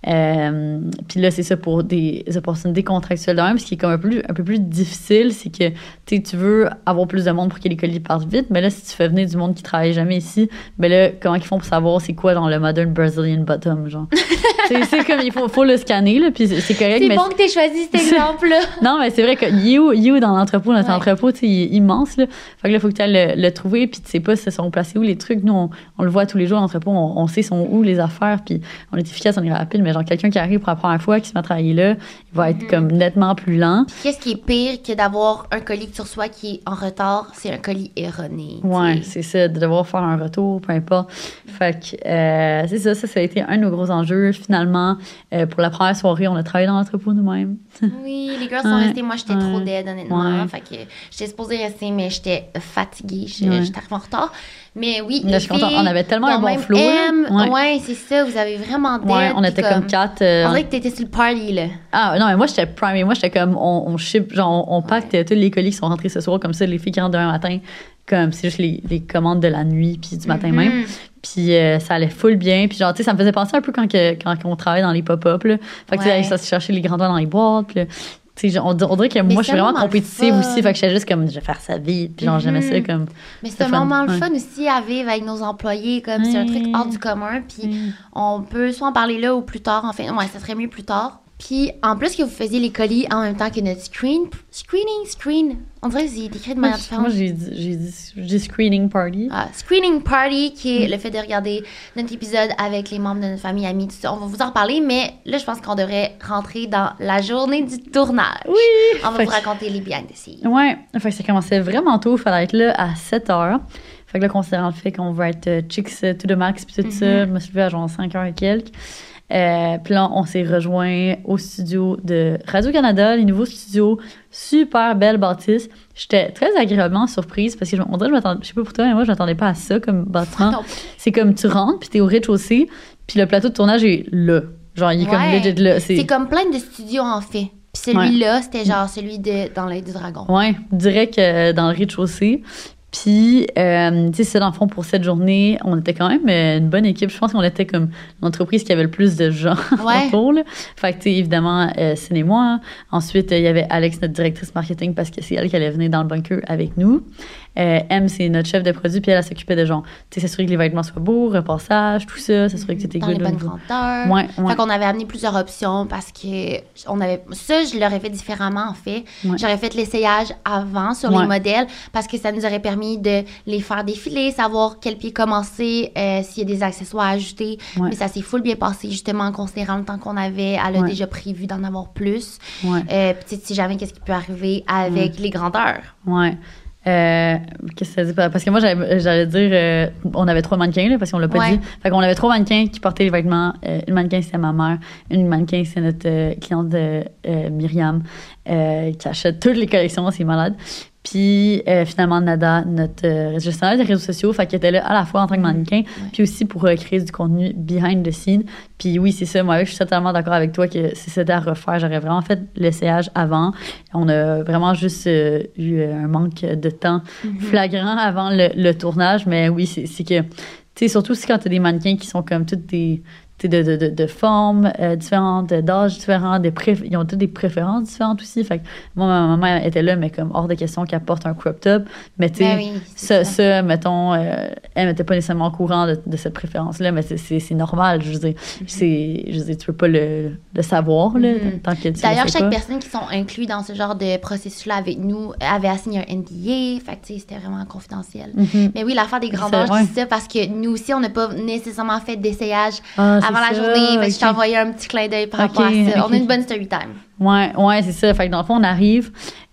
Euh, Puis là, c'est ça pour des opportunités contractuelles de même. Ce qui est comme un peu plus, un peu plus difficile, c'est que tu sais, tu veux avoir plus de monde pour que les colis partent vite, mais là, si tu fais venir du monde qui travaille jamais ici, ben là, comment ils font pour savoir c'est quoi dans le modern Brazilian bottom, genre? c'est c'est comme, il faut, faut le scanner, là, puis c'est c'est correct, C'est mais bon que tu aies choisi cet exemple-là. non, mais c'est vrai que You, You dans l'entrepôt, notre Ouais. entrepôt, tu sais, il est immense, là. Fait que là, faut que tu ailles le, le trouver, puis tu sais pas, se sont placés où les trucs. Nous, on, on le voit tous les jours, l'entrepôt, on, on sait sont où les affaires, puis on est efficace, on est rapide, mais genre, quelqu'un qui arrive pour la première fois, qui se met à travailler là, il va être Mhm. comme nettement plus lent. Qu'est-ce qui est pire que d'avoir un colis que tu reçois qui est en retard? C'est un colis erroné. tu Ouais, sais. c'est ça, de devoir faire un retour, peu importe. Fait que, euh, c'est ça, ça, ça a été un de nos gros enjeux. Finalement, euh, pour la première soirée, on a travaillé dans l'entrepôt nous-mêmes. Oui, les girls sont Ouais, restées. Moi, j'étais ouais, trop dead, honnêtement. ouais. Fait que j'étais supposée rester, mais j'étais fatiguée. Je- Ouais. J'étais arrivée en retard. Mais oui, Là, je les suis contente. filles On avait tellement qui un ont bon même flow, là. aiment. Ouais. Ouais, c'est ça. Vous avez vraiment dead. Ouais, on puis était comme quatre. euh, On dirait que t'étais sur le party, là. Ah non, mais moi j'étais prime. Et moi j'étais comme, on, on ship, genre on, on pacte tous les colis qui sont rentrés ce soir, comme ça, les filles qui rentrent demain matin, comme c'est juste les, les commandes de la nuit puis du matin Mhm. même. Puis euh, ça allait full bien. Puis genre, tu sais, ça me faisait penser un peu quand, que, quand on travaille dans les pop-up, là. Fait que tu sais, Ouais. ça se chercher les grands doigts dans les boîtes. Puis là, tu sais, genre, on, on dirait que Mais moi je suis c'est vraiment vraiment le compétitive fun. aussi. Fait que j'étais juste comme, je vais faire ça vite. Puis genre, j'aimais ça Mhm. comme. Mais C'était c'est un fun, moment le ouais. fun aussi à vivre avec nos employés. Comme c'est un truc Ouais. hors du commun. Puis Mm. on peut soit en parler là ou plus tard. Enfin, ouais, ça serait mieux plus tard. Puis en plus que vous faisiez les colis en même temps que notre screen, screening, screen. On dirait que c'est écrit de Moi, manière j- différente. moi, j'ai dit, j'ai dit, j'ai dit screening party. Ah, screening party, qui Mm. est le fait de regarder notre épisode avec les membres de notre famille, amis, tout ça. On va vous en reparler, mais là, je pense qu'on devrait rentrer dans la journée du tournage. Oui! On va Fait vous que- raconter les behind the scenes. Ouais, fait que ça commençait vraiment tôt, il fallait être là à sept heures. Fait que là, considérant le fait qu'on va être euh, chicks euh, to the max puis tout ça, Mhm. je me suis levée à genre cinq heures et quelques. Euh, puis là, on s'est rejoint au studio de Radio-Canada, les nouveaux studios, super belle bâtisse. J'étais très agréablement surprise parce que je, on dirait que je m'attendais, je sais pas pour toi, mais moi, je m'attendais pas à ça comme bâtiment. Non. C'est comme tu rentres, puis t'es au rez-de-chaussée, puis le plateau de tournage est là. Genre, il est comme Ouais. legit là. C'est comme plein de studios, en fait. Puis celui-là, c'était Mm. genre celui de Dans l'œil du dragon. Ouais, direct euh, dans le rez-de-chaussée. Puis, euh, tu sais, c'est dans le fond, pour cette journée, on était quand même euh, une bonne équipe. Je pense qu'on était comme l'entreprise qui avait le plus de gens Ouais. autour. Là. Fait que, tu sais, évidemment, euh, Cine et moi. Ensuite, euh, il y avait Alex, notre directrice marketing, parce que c'est elle qui allait venir dans le bunker avec nous. Euh, M, c'est notre chef de produit, puis elle, elle s'occupait de genre, tu sais, s'assurer que les vêtements soient beaux, repassage, tout ça, s'assurer que c'était Dans les good. au bonnes niveau- grandeurs. Ouais, ouais. Fait qu'on avait amené plusieurs options parce que on avait ça, je l'aurais fait différemment en fait. Ouais. J'aurais fait l'essayage avant sur Ouais. les modèles parce que ça nous aurait permis de les faire défiler, savoir quel pied commencer, euh, s'il y a des accessoires à ajouter. Ouais. Mais ça s'est full bien passé justement en considérant le temps qu'on avait. Elle a Ouais. déjà prévu d'en avoir plus. Ouais. Euh, puis tu sais, si jamais qu'est-ce qui peut arriver avec les grandeurs. Ouais. Euh, qu'est-ce que ça dit? Parce que moi, j'allais, j'allais dire, euh, on avait trois mannequins, là, parce qu'on l'a pas Ouais. dit. Fait qu'on avait trois mannequins qui portaient les vêtements. Euh, une mannequin, c'était ma mère. Une mannequin, c'est notre euh, cliente de, euh, Myriam, euh, qui achète toutes les collections, c'est malade. Puis euh, finalement, Nada, notre euh, gestionnaire des réseaux sociaux, fait qu'elle était là à la fois en tant que mannequin, puis aussi pour euh, créer du contenu behind the scene. Puis oui, c'est ça, moi, je suis totalement d'accord avec toi que si c'était à refaire, j'aurais vraiment fait l'essayage avant. On a vraiment juste euh, eu un manque de temps flagrant avant le, le tournage, mais oui, c'est, c'est que, tu sais, surtout si quand t'as des mannequins qui sont comme toutes des... de, de, de, de formes euh, différentes, d'âges différents, de préf- ils ont toutes des préférences différentes aussi. Fait que moi, ma maman était là, mais comme hors de question qu'elle porte un crop top. Mais tu sais, Ben oui, ça, c'est ça. ça, mettons, euh, elle n'était pas nécessairement au courant de, de cette préférence-là, mais c'est, c'est, c'est normal, je veux dire. C'est, je veux dire, tu peux pas le, le savoir, là, Mhm. tant que tu D'ailleurs, le sais chaque pas. personne qui sont inclus dans ce genre de processus-là avec nous avait assigné un N D A. Fait que, tu sais, c'était vraiment confidentiel. Mhm. Mais oui, l'affaire des grandeurs, C'est- je ouais. dis ça parce que nous aussi, on n'a pas nécessairement fait d'essayage Ah, c'est avant la ça, journée. Fait que je t'ai ok. envoyé un petit clin d'œil par Ok, rapport à ça. ok, On a une ok. bonne story time. Ouais, ouais, c'est ça. Fait que dans le fond, on arrive.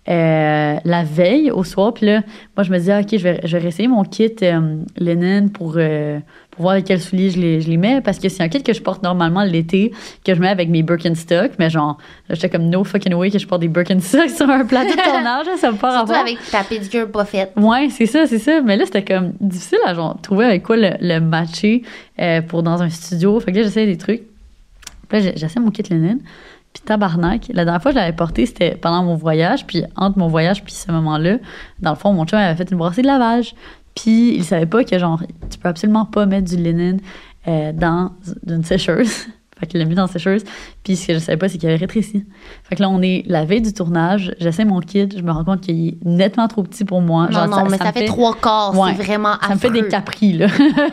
euh, la veille au soir. Puis là, moi, je me disais, OK, je vais, je vais réessayer mon kit euh, linen pour, euh, pour voir avec quels souliers je les, je les mets. Parce que c'est un kit que je porte normalement l'été, que je mets avec mes Birkenstock. Mais genre, là, j'étais comme no fucking way que je porte des Birkenstock sur un plateau de tournage. Ça me part Surtout avoir. avec ta pédicure pas faite. Ouais, c'est ça, c'est ça. Mais là, c'était comme difficile à genre, trouver avec quoi le, le matcher euh, pour dans un studio. Fait que là, j'essayais des trucs. Puis là, j'essaie mon kit linen. Puis tabarnak, la dernière fois que je l'avais porté, c'était pendant mon voyage. Puis entre mon voyage puis ce moment-là, dans le fond, mon chum avait fait une brassée de lavage. Puis il savait pas que, genre, tu peux absolument pas mettre du linen euh, dans une sécheuse. Fait qu'il l'a mis dans la sécheuse. Puis ce que je savais pas, c'est qu'il avait rétréci. Fait que là, on est la veille du tournage. J'essaie mon kit. Je me rends compte qu'il est nettement trop petit pour moi. Non, Genre, non, ça, mais ça, ça me fait trois quarts. Ouais. C'est vraiment affreux. Ça me fait des capris, là.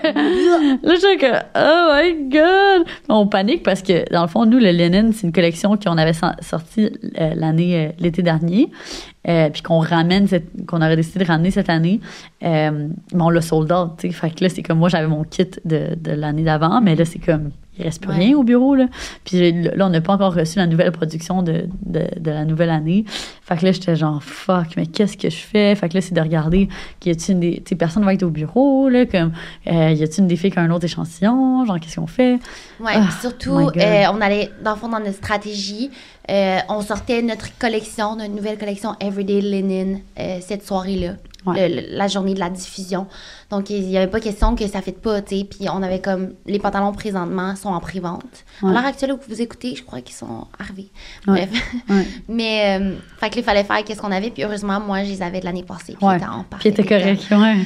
Là, je suis comme, oh my God! On panique parce que, dans le fond, nous, le linen, c'est une collection qu'on avait sortie euh, l'année, euh, l'été dernier. Euh, puis qu'on ramène, cette, qu'on aurait décidé de ramener cette année. Euh, mais on l'a sold out, tu sais. Fait que là, c'est comme moi, j'avais mon kit de, de l'année d'avant, mais là, c'est comme, il reste plus ouais. rien au bureau, là. Puis là, on n'a pas encore reçu la nouvelle production de, de, de la nouvelle année. Fait que là, j'étais genre, fuck, mais qu'est-ce que je fais? Fait que là, c'est de regarder, y a-t-il une des, tu sais, personne va être au bureau, là, comme, euh, y a-t-il une des filles qui a un autre échantillon? Genre, qu'est-ce qu'on fait? Ouais, ah, surtout, euh, on allait, dans le fond, dans notre stratégie, euh, on sortait notre collection, notre nouvelle collection Everyday Linen, euh, cette soirée-là. Ouais. Le, la journée de la diffusion. Donc, il n'y avait pas question que ça ne fitte pas, tu sais. Puis, on avait comme... Les pantalons, présentement, sont en pré-vente. Ouais. À l'heure actuelle où vous écoutez, je crois qu'ils sont arrivés. Ouais. Bref. Ouais. Mais, euh, fait que il fallait faire qu'est-ce qu'on avait. Puis, heureusement, moi, je les avais de l'année passée. Puis, ouais. ils étaient en parfait. Puis, était correct, ouais.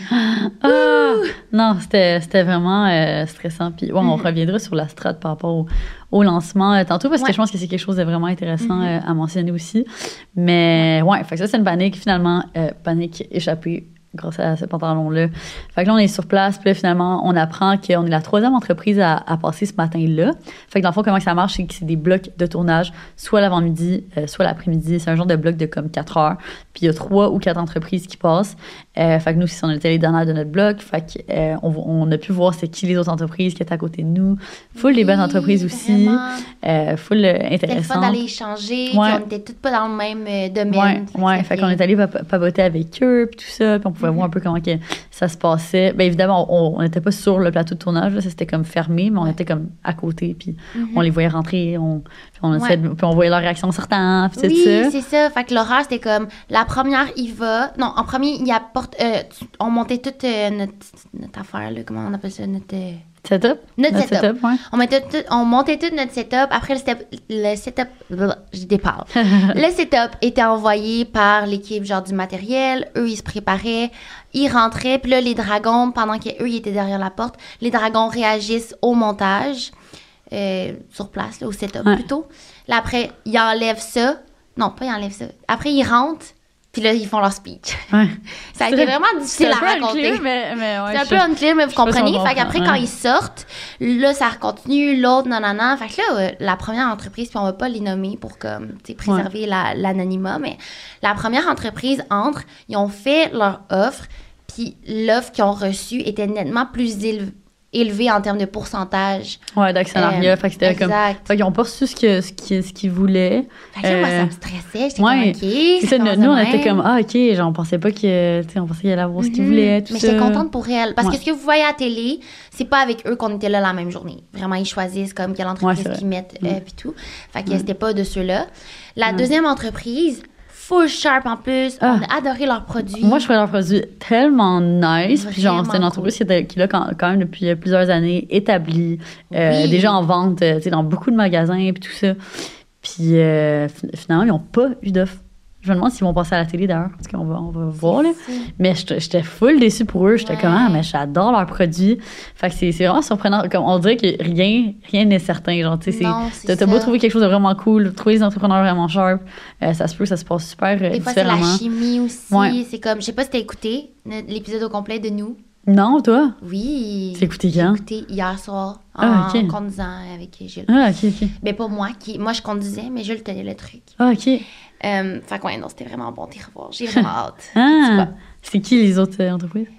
Ah! Non, c'était, c'était vraiment euh, stressant. Puis, ouais, on mm-hmm. reviendra sur la strat par rapport au, au lancement euh, tantôt, parce ouais. que je pense que c'est quelque chose de vraiment intéressant mm-hmm. euh, à mentionner aussi. Mais, ouais, fait que ça, c'est une panique. Finalement, euh, panique échappée grâce à ce pantalon-là. Fait que là, on est sur place, puis là, finalement, on apprend qu'on est la troisième entreprise à, à passer ce matin-là. Fait que dans le fond, comment ça marche, c'est que c'est des blocs de tournage, soit l'avant-midi, euh, soit l'après-midi. C'est un genre de bloc de comme quatre heures. Puis il y a trois ou quatre entreprises qui passent. Euh, fait que nous, si on était les dernières de notre bloc, fait que, euh, on, on a pu voir c'est qui les autres entreprises qui étaient à côté de nous. Full oui, les bonnes entreprises aussi. Euh, full euh, intéressant. C'était le fun d'aller échanger, ouais. puis on était toutes pas dans le même euh, domaine. Ouais, fait, ouais. Fait qu'on est allé papoter avec eux, puis tout ça, puis on pouvait mm-hmm. voir un peu comment que ça se passait. Bien évidemment, on n'était pas sur le plateau de tournage, là, ça c'était comme fermé, mais on ouais. était comme à côté, puis mm-hmm. on les voyait rentrer, on, puis on, ouais. de, puis on voyait leur réaction en sortant, puis oui, c'est ça. Oui, c'est ça. Fait que l'horaire, c'était comme, la première, il va... Non, en premier, il apporte... Euh, on montait toute euh, notre, notre affaire, là, comment on appelle ça, notre... Euh... Setup? Notre, notre setup. setup ouais. on, mettait tout, on montait tout notre setup. Après, le, step, le setup... Je déparle. Le setup était envoyé par l'équipe genre du matériel. Eux, ils se préparaient. Ils rentraient. Puis là, les dragons, pendant qu'eux, ils étaient derrière la porte, les dragons réagissent au montage. Euh, sur place, là, au setup ouais. plutôt. Là, après, ils enlèvent ça. Non, pas ils enlèvent ça. Après, ils rentrent. Puis là, ils font leur speech. Ouais. Ça a été vraiment difficile à raconter. Unclear, mais, mais ouais, c'est un peu unclear, mais vous comprenez. Fait qu'après, ouais. quand ils sortent, là, ça continue, l'autre, non, non, non. Fait que là, euh, la première entreprise, puis on va pas les nommer pour comme, tu sais, préserver ouais. la, l'anonymat, mais la première entreprise entre, ils ont fait leur offre, puis l'offre qu'ils ont reçue était nettement plus élevée. élevé en termes de pourcentage. Ouais, d'actionnariat. Euh, fait que c'était exact. comme... Fait qu'ils ont pas reçu ce, que, ce, qu'ils, ce qu'ils voulaient. Fait que là, euh, moi, ça me stressait. J'étais ouais, comme, OK. C'est ça, nous, on était comme, ah, OK, genre, on pensait pas que... Tu sais, on pensait qu'il allait avoir mm-hmm. ce qu'ils voulaient, tout Mais ça. j'étais contente pour elle. Parce ouais. que ce que vous voyez à la télé, c'est pas avec eux qu'on était là la même journée. Vraiment, ils choisissent comme quelle entreprise ouais, qu'ils mettent, mm. euh, puis tout. Fait que mm. c'était pas de ceux-là. La mm. deuxième entreprise... full sharp en plus. Ah. On a adoré leurs produits. Moi, je trouvais leurs produits tellement nice. Puis genre, c'est une entreprise cool. qui, était, qui est là quand, quand même depuis plusieurs années, établie, euh, oui. déjà en vente, tu sais, dans beaucoup de magasins puis tout ça. Puis euh, finalement, ils n'ont pas eu d'offre. Je me demande s'ils vont passer à la télé d'ailleurs, parce qu'on va, on va voir. Là. Mais j'étais full déçue pour eux. J'étais ouais. comme, ah, mais j'adore leurs produits. Fait que c'est, c'est vraiment surprenant. Comme on dirait que rien, rien n'est certain. Genre, tu sais, t'as, t'as beau trouver quelque chose de vraiment cool, trouver des entrepreneurs vraiment sharp, euh, ça se peut que ça se passe super euh, des fois, différemment. C'est la chimie aussi. Ouais. C'est comme, je sais pas si t'as écouté l'épisode au complet de Nous. Non, toi? Oui. T'as écouté quand? J'ai écouté hier soir en ah, okay. conduisant avec Jules. Ah, OK, OK. Mais pas moi. Qui, moi, je conduisais, mais Jules tenait le truc. Ah, OK. Euh, fait que ouais, non, c'était vraiment bon d'y revoir. J'ai vraiment hâte. Ah, c'est qui les autres euh, entreprises?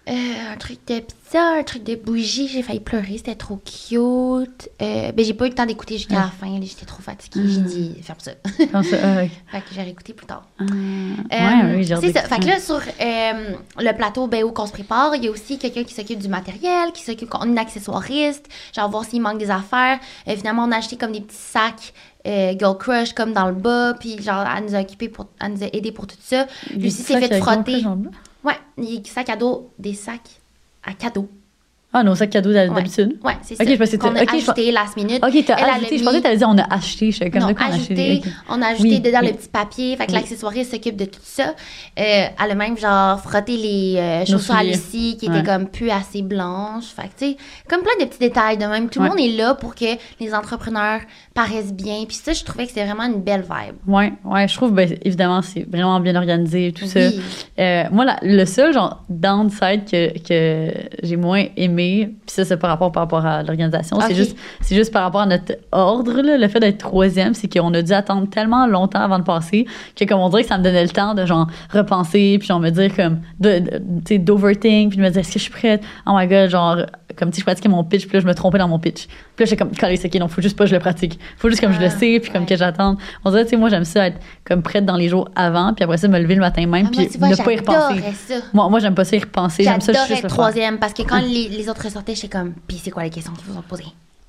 Euh, un truc de pizza, un truc de bougie, j'ai failli pleurer, c'était trop cute. Euh, ben, j'ai pas eu le temps d'écouter jusqu'à la fin, là, j'étais trop fatiguée, Mm. j'ai dit, ferme ça. Comme ça, ah, ok. Fait que j'ai réécouté plus tard. Ah, Euh, ouais, oui, j'ai c'est ça. hâte Fait que d'écouter. là, sur euh, le plateau ben, où on se prépare, il y a aussi quelqu'un qui s'occupe du matériel, qui s'occupe, une accessoiriste, genre voir s'il manque des affaires. Euh, finalement, on a acheté comme des petits sacs euh, Girl Crush comme dans le bas, puis genre, elle nous a occupé pour, elle nous a aidé pour tout ça. Puis Des aussi, petits c'est sacs fait avec frotter. Girl Crush en bas? Ouais, des sacs à dos, des sacs à cadeaux. Ah, nos sacs cadeaux d'habitude? Ouais, c'est Ok, ça. je pensais que Qu'on a t'as- ok, je acheté last minute. Ok, t'as Elle, elle a ajouté. Je mis- pensais que t'allais dire on a acheté. Je suis comme Non, de quoi on a ajouté, acheté? Ok. on a ajouté Oui, dedans oui. le petit papier. Fait que Oui. l'accessoiriste s'occupe de tout ça. Euh, elle a même, genre, frotté les euh, chaussures à souliers. Lucie qui Ouais. étaient comme plus assez blanches. Fait que, tu sais, comme plein de petits détails de même. Tout le Ouais. monde est là pour que les entrepreneurs paraissent bien. Puis ça, je trouvais que c'était vraiment une belle vibe. Ouais, ouais, je trouve, ben, évidemment, c'est vraiment bien organisé, tout ça. Oui. Euh, moi, la- le seul, genre, downside que, que j'ai moins aimé, puis ça, c'est par rapport, par rapport à l'organisation, Ok. c'est juste, c'est juste par rapport à notre ordre, là, le fait d'être troisième, c'est qu'on a dû attendre tellement longtemps avant de passer que, comme on dirait que ça me donnait le temps de, genre, repenser, puis genre, me dire, comme, de, de- tu sais, d'overthink, puis de me dire, est-ce que je suis prête? Oh my god, genre, comme, si je pratiquais mon pitch, puis là, je me trompais dans mon pitch. Puis là, j'étais comme, calé, c'est ok, non, faut juste pas que je le pratique. Faut juste comme je le Ah, sais, puis comme ouais. que j'attende. On dirait, tu sais, moi, j'aime ça être comme prête dans les jours avant, puis après ça, me lever le matin même, Ah, puis moi, tu vois, ne pas y repenser. j'adorais ça. Moi, moi j'aime pas ça y repenser. J'aime ça J'adorais juste être le faire. troisième parce que quand les, les autres sortaient, j'étais comme, puis c'est quoi les questions qu'ils vous ont posées?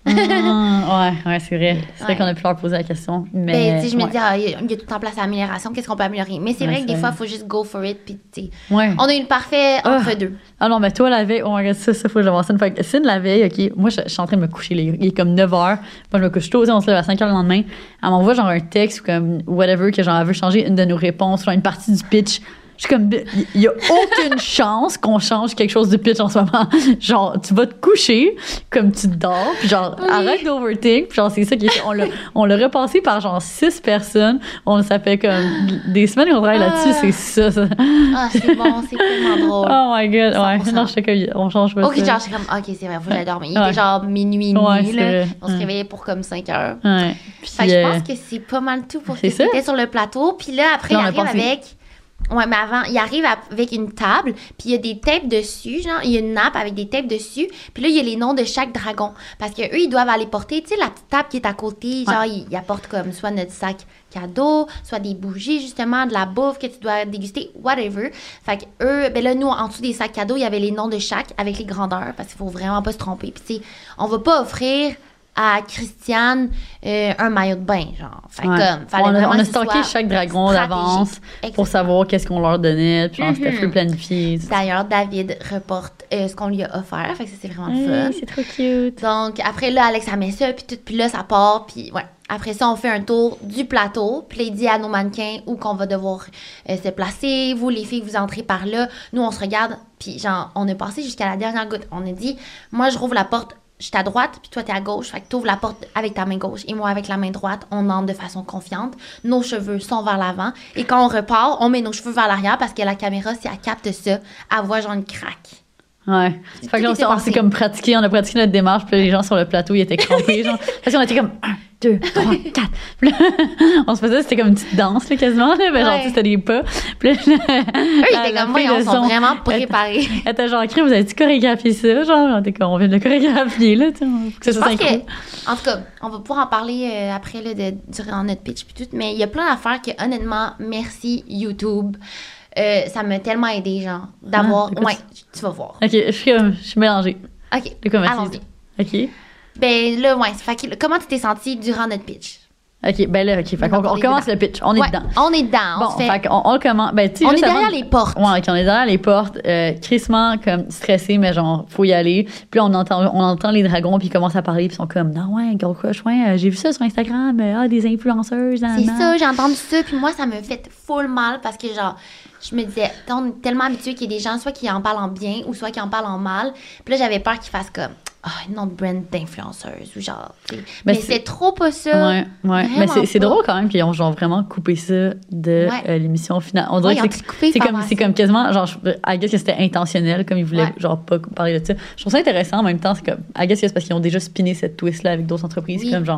Ah, ouais, ouais, c'est vrai. C'est vrai Ouais. qu'on a pu leur poser la question. Mais, Ben, tu sais, je me ouais. dis, ah, il y, a- il y a tout en place à amélioration, qu'est-ce qu'on peut améliorer? Mais c'est Ouais, vrai que des c'est fois, vrai. il faut juste go for it, puis tu sais. Ouais. On a eu le parfait Ah. entre deux. Ah non, mais toi, la veille, oh my god, ça, ça, faut que j'avance une fois. Cine, la veille, OK, moi, je, je suis en train de me coucher. là. Il est comme neuf heures. Moi, je me couche tôt, tu sais, on se lève à cinq heures le lendemain. Elle m'envoie genre un texte ou comme whatever, que genre, elle veut changer une de nos réponses, genre une partie du pitch. Je suis comme, il y a aucune chance qu'on change quelque chose du pitch en ce moment. Genre, tu vas te coucher, comme tu dors, puis genre, Oui. arrête d'overthink, puis genre, c'est ça qui est, on l'a, on l'a repassé par genre six personnes. On, ça fait comme des semaines qu'on travaille là-dessus, Ah. c'est ça, ça. Ah, c'est bon, c'est tellement drôle. Oh my god, cent pour ouais. cent. Non, j'étais comme, on change pas Ok, ça. genre, j'étais comme, ok, c'est vrai, faut que j'aille dormir. Il Ouais. était genre minuit et Ouais, demi, c'est là. vrai. On se Ouais. réveillait pour comme cinq heures. Ouais. Puis, Fait que je euh, pense que c'est pas mal tout pour c'est ce qui ça. était sur le plateau. Puis là, après, Là, il on a arrive passé. avec. Ouais, mais avant, il arrive avec une table, puis il y a des tapes dessus, genre, il y a une nappe avec des tapes dessus, puis là, il y a les noms de chaque dragon. Parce que eux, ils doivent aller porter, tu sais, la petite table qui est à côté, genre, ils, ils apportent comme soit notre sac cadeau, soit des bougies, justement, de la bouffe que tu dois déguster, whatever. Fait que eux, ben là, nous, en dessous des sacs cadeaux, il y avait les noms de chaque avec les grandeurs, parce qu'il faut vraiment pas se tromper. Puis, tu sais, on va pas offrir à Christiane euh, un maillot de bain, genre. Fait que ouais. comme, fallait on a, vraiment on a que ce stocké soit chaque dragon stratégique. d'avance pour Exactement. savoir qu'est-ce qu'on leur donnait. Puis genre, c'était Mhm. full planifié. D'ailleurs, David reporte euh, ce qu'on lui a offert, fait que ça, c'est vraiment le Hey, fun. c'est trop cute. Donc, après, là, Alex, elle met ça, puis tout, puis là, ça part, puis ouais. Après ça, on fait un tour du plateau, puis là, il dit à nos mannequins où qu'on va devoir euh, se placer. Vous, les filles, vous entrez par là. Nous, on se regarde, puis genre, on a passé jusqu'à la dernière goutte. On a dit, moi, je rouvre la porte, je suis à droite, puis toi, t'es à gauche. Fait que t'ouvres la porte avec ta main gauche et moi avec la main droite. On entre de façon confiante. Nos cheveux sont vers l'avant. Et quand on repart, on met nos cheveux vers l'arrière parce que la caméra, si elle capte ça, elle voit genre une craque. Ouais. Tout Fait que là, on était s'est- on passé. s'est comme pratiqué, on a pratiqué notre démarche, puis là, les gens sur le plateau, ils étaient crampés, genre. Parce qu'on était comme un, deux, trois, quatre. Puis là, on se faisait, c'était comme une petite danse, là, quasiment, là. Ben, genre, Ouais. tu sais, c'était des pas. Puis là, Eux, ils étaient comme moi, ils sont vraiment préparés. Elle était genre, Crime, vous avez-tu chorégraphié ça? Genre, on était comme, on vient de le chorégraphier, là, tu sais. Faut que ça Je soit pense synchro. que, en tout cas, on va pouvoir en parler euh, après là, de, durant notre pitch puis tout, mais il y a plein d'affaires que, honnêtement, merci YouTube. Euh, ça m'a tellement aidé, genre, d'avoir. Ah, écoute. ouais, tu vas voir. Ok, je suis, comme- je suis mélangée. OK. Le commerce. Allons-y. Ok. Ben là, ouais, fait que, comment tu t'es senti durant notre pitch? Ok, ben là, ok. Fait On qu'on va on parler commence dedans. le pitch. On est Ouais, dedans. on est dedans. On Bon, se fait. fait qu'on on le commence. Ben, tu sais, On est juste avant- derrière les portes. Ouais, quand on est derrière les portes, euh, crissement, comme stressé, mais genre, faut y aller. Puis là, on entend, on entend les dragons, puis ils commencent à parler, puis ils sont comme, non, ouais, Girl Crush, ouais, euh, j'ai vu ça sur Instagram, euh, ah, des influenceuses, nan, C'est nan. ça, j'ai entendu ça, puis moi, ça me fait full mal parce que, genre, je me disais, on est tellement habitué qu'il y ait des gens, soit qui en parlent en bien ou soit qui en parlent en mal. Puis là, j'avais peur qu'ils fassent comme, ah, une autre brand d'influenceuse ou genre, tu sais. Mais, c'est- c'est trop pas ça. Ouais, ouais. Vraiment Mais c'est c'est pas. drôle quand même qu'ils ont genre vraiment coupé ça de Ouais. euh, l'émission finale. On Ouais, dirait ils ont que tout c'est coupé c'est par comme, rapport à c'est ça. comme quasiment, genre, je I guess que c'était intentionnel, comme ils voulaient Ouais. genre pas parler de ça. Je trouve ça intéressant en même temps, c'est comme, I guess que c'est parce qu'ils ont déjà spiné cette twist-là avec d'autres entreprises, Oui. comme genre,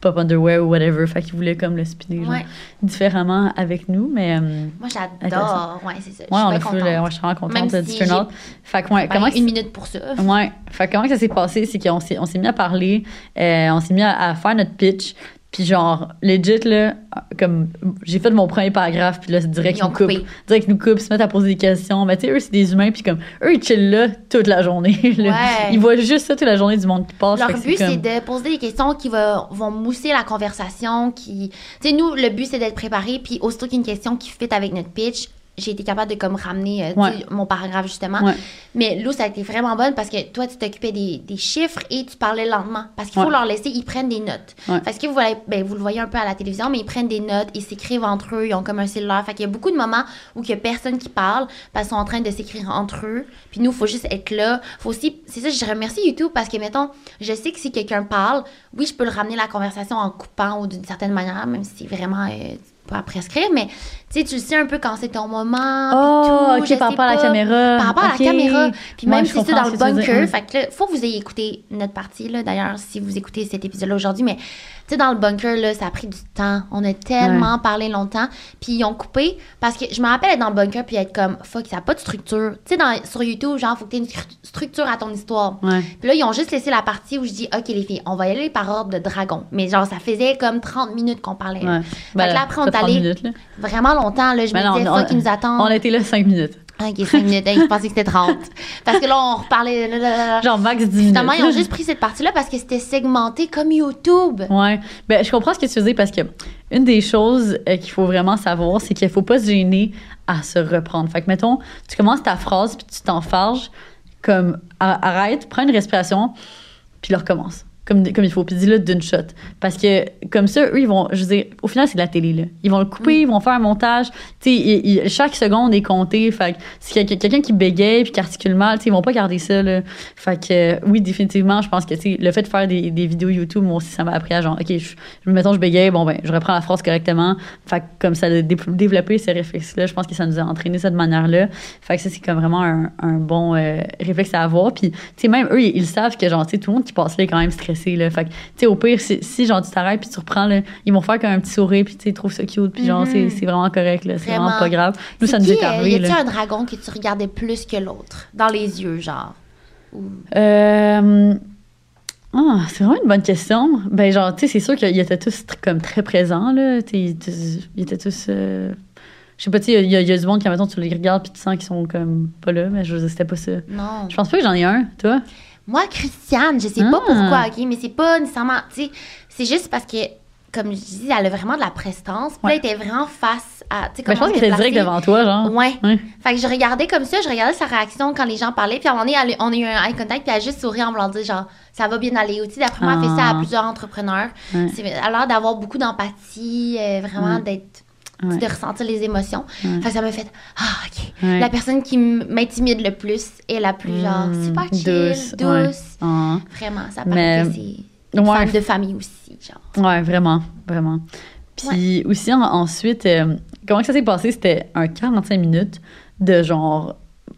pop underwear ou whatever. Fait qu'ils voulaient comme le speeder Ouais. différemment avec nous, mais... euh, Moi, j'adore. Ouais, c'est ça. Ouais, je suis on bien a fait, contente. le- ouais, je suis vraiment contente Même de si turn out. Fait que, ouais, Ben, comment... une minute pour ça. Ouais. Fait que comment que ça s'est passé, c'est qu'on s'est, on s'est mis à parler, euh, on s'est mis à, à faire notre pitch, puis genre, legit, là, comme, j'ai fait mon premier paragraphe, puis là, c'est direct Ils qu'ils ont nous coupent. coupé. Direct qu'ils nous coupent, ils se mettent à poser des questions. Mais tu sais, eux, c'est des humains, puis comme, eux, ils chillent là toute la journée. là. Ouais. Ils voient juste ça toute la journée du monde qui passe. Leur fait que but, c'est comme- de poser des questions qui va- vont mousser la conversation. Qui... Tu sais, nous, le but, c'est d'être préparé. Puis, aussitôt qu'il y a une question qui fit avec notre pitch, j'ai été capable de comme ramener euh, tu Ouais. sais, mon paragraphe, justement. Ouais. Mais Lou, ça a été vraiment bonne parce que toi, tu t'occupais des, des chiffres et tu parlais lentement. Parce qu'il faut Ouais. leur laisser, ils prennent des notes. Ouais. Parce que vous, voyez- ben, vous le voyez un peu à la télévision, mais ils prennent des notes, ils s'écrivent entre eux, ils ont comme un cellulaire. Fait qu'il y a beaucoup de moments où il y a personne qui parle parce qu'ils sont en train de s'écrire entre eux. Puis nous, il faut juste être là. Faut aussi, c'est ça, je remercie YouTube parce que, mettons, je sais que si quelqu'un parle, oui, je peux le ramener la conversation en coupant ou d'une certaine manière, même si c'est vraiment euh, pas à prescrire, mais tu sais, tu le sais un peu quand c'est ton moment. Oh, puis tout, ok, je par sais rapport à la pas. caméra. Par rapport à Ok. la caméra. Puis Ouais, même je si c'est comprends dans le ce que tu veux dire. bunker, Ouais. fait que là, faut que vous ayez écouté notre partie, là, d'ailleurs, si vous écoutez cet épisode-là aujourd'hui, mais tu sais, dans le bunker, là, ça a pris du temps. On a tellement parlé longtemps. Puis ils ont coupé parce que je me rappelle être dans le bunker puis être comme, fuck, ça n'a pas de structure. Tu sais, dans- sur YouTube, genre, faut que tu aies une stru- structure à ton histoire. Ouais. Puis là, ils ont juste laissé la partie où je dis, OK, les filles, on va y aller par ordre de dragon. Mais genre, ça faisait comme trente minutes qu'on parlait. là. Ouais. Fait Ben, que là, après, on est trente allé minutes, là. vraiment longtemps. Là, je Ben me non, disais, on- fuck, ils nous attendent. On a été là cinq minutes. OK, cinq minutes. Hey, je pensais que c'était trente. Parce que là, on reparlait. là, là, là, là. Genre max dix minutes. Finalement, ils ont juste pris cette partie-là parce que c'était segmenté comme YouTube. Ouais. Ben, je comprends ce que tu veux dire parce que une des choses euh, qu'il faut vraiment savoir, c'est qu'il faut pas se gêner à se reprendre. Fait que, mettons, tu commences ta phrase puis tu t'enfarges, comme, a- arrête, prends une respiration, puis le recommence. Comme, comme il faut, puis dis-le d'une shot. Parce que, comme ça, eux, ils vont, je veux dire, au final, c'est de la télé, là. Ils vont le couper, ils vont faire un montage. Tu sais, il- il- chaque seconde est comptée. Fait que si quelqu'un quelqu'un qui bégaye puis qui articule mal, tu sais, ils vont pas garder ça, là. Fait que, euh, oui, définitivement, je pense que, tu sais, le fait de faire des, des vidéos YouTube, moi aussi, ça m'a appris à genre, OK, je, je- mettons, je bégaye, bon, ben, je reprends la phrase correctement. Fait que, comme ça, de dé- développer ces réflexes-là, je pense que ça nous a entraîné cette manière-là. Fait que ça, c'est comme vraiment un, un bon euh, réflexe à avoir. Puis, tu sais, même eux, ils, ils savent que, genre, tu sais, tout le monde qui passe là est quand même stressé, là. Fait que, tu sais, au pire, si, si, genre, tu t'arrêtes puis tu reprends, là, ils vont faire comme un petit sourire puis, tu sais, ils trouvent ça cute. Puis, genre, c'est, c'est vraiment correct, là. C'est vraiment, Vraiment. pas grave. Nous, ça C'est nous est qui, euh, arrivé, y a-tu là. un dragon que tu regardais plus que l'autre? Dans les yeux, genre? Ou- Euh, Ah, c'est vraiment une bonne question. Ben, genre, tu sais, c'est sûr qu'ils étaient tous tr- comme très présents, là. Tu sais, Ils étaient- ils étaient tous. euh, Je sais pas, tu sais, il y, a- il y a du monde qui, mettons, tu les regardes puis tu sens qu'ils sont comme pas là, mais je veux dire, c'était pas ça. Non. Je pense pas que j'en ai un, toi. Moi, Christiane, je sais pas Ah. pourquoi, OK? Mais c'est pas nécessairement... Tu sais, c'est juste parce que, comme je dis, elle a vraiment de la prestance. Puis là, Ouais. elle était vraiment face à... Tu sais, Ben, je comment pense elle qu'elle était était direct placée. devant toi, genre. Ouais. Ouais. Fait que je regardais comme ça, je regardais sa réaction quand les gens parlaient. Puis à un moment donné, elle- on a eu un eye contact, puis elle a juste souri en voulant dire, genre, ça va bien aller. Aussi, d'après moi, elle fait ça à Ah. plusieurs entrepreneurs. Ouais. C'est, elle a l'air d'avoir beaucoup d'empathie, euh, vraiment Ouais. d'être... Ouais. de ressentir les émotions. Ouais. Fait que ça m'a fait, ah, OK. Ouais. La personne qui m- m'intimide le plus est la plus, genre, Mm, super chill, douce, douce. ouais. Ah. Vraiment, ça Mais- paraît que c'est une Ouais. femme de famille aussi, genre. Ouais, vraiment, vraiment. Puis aussi, en- ensuite, euh, comment que ça s'est passé? C'était un quarante-cinq minutes de genre,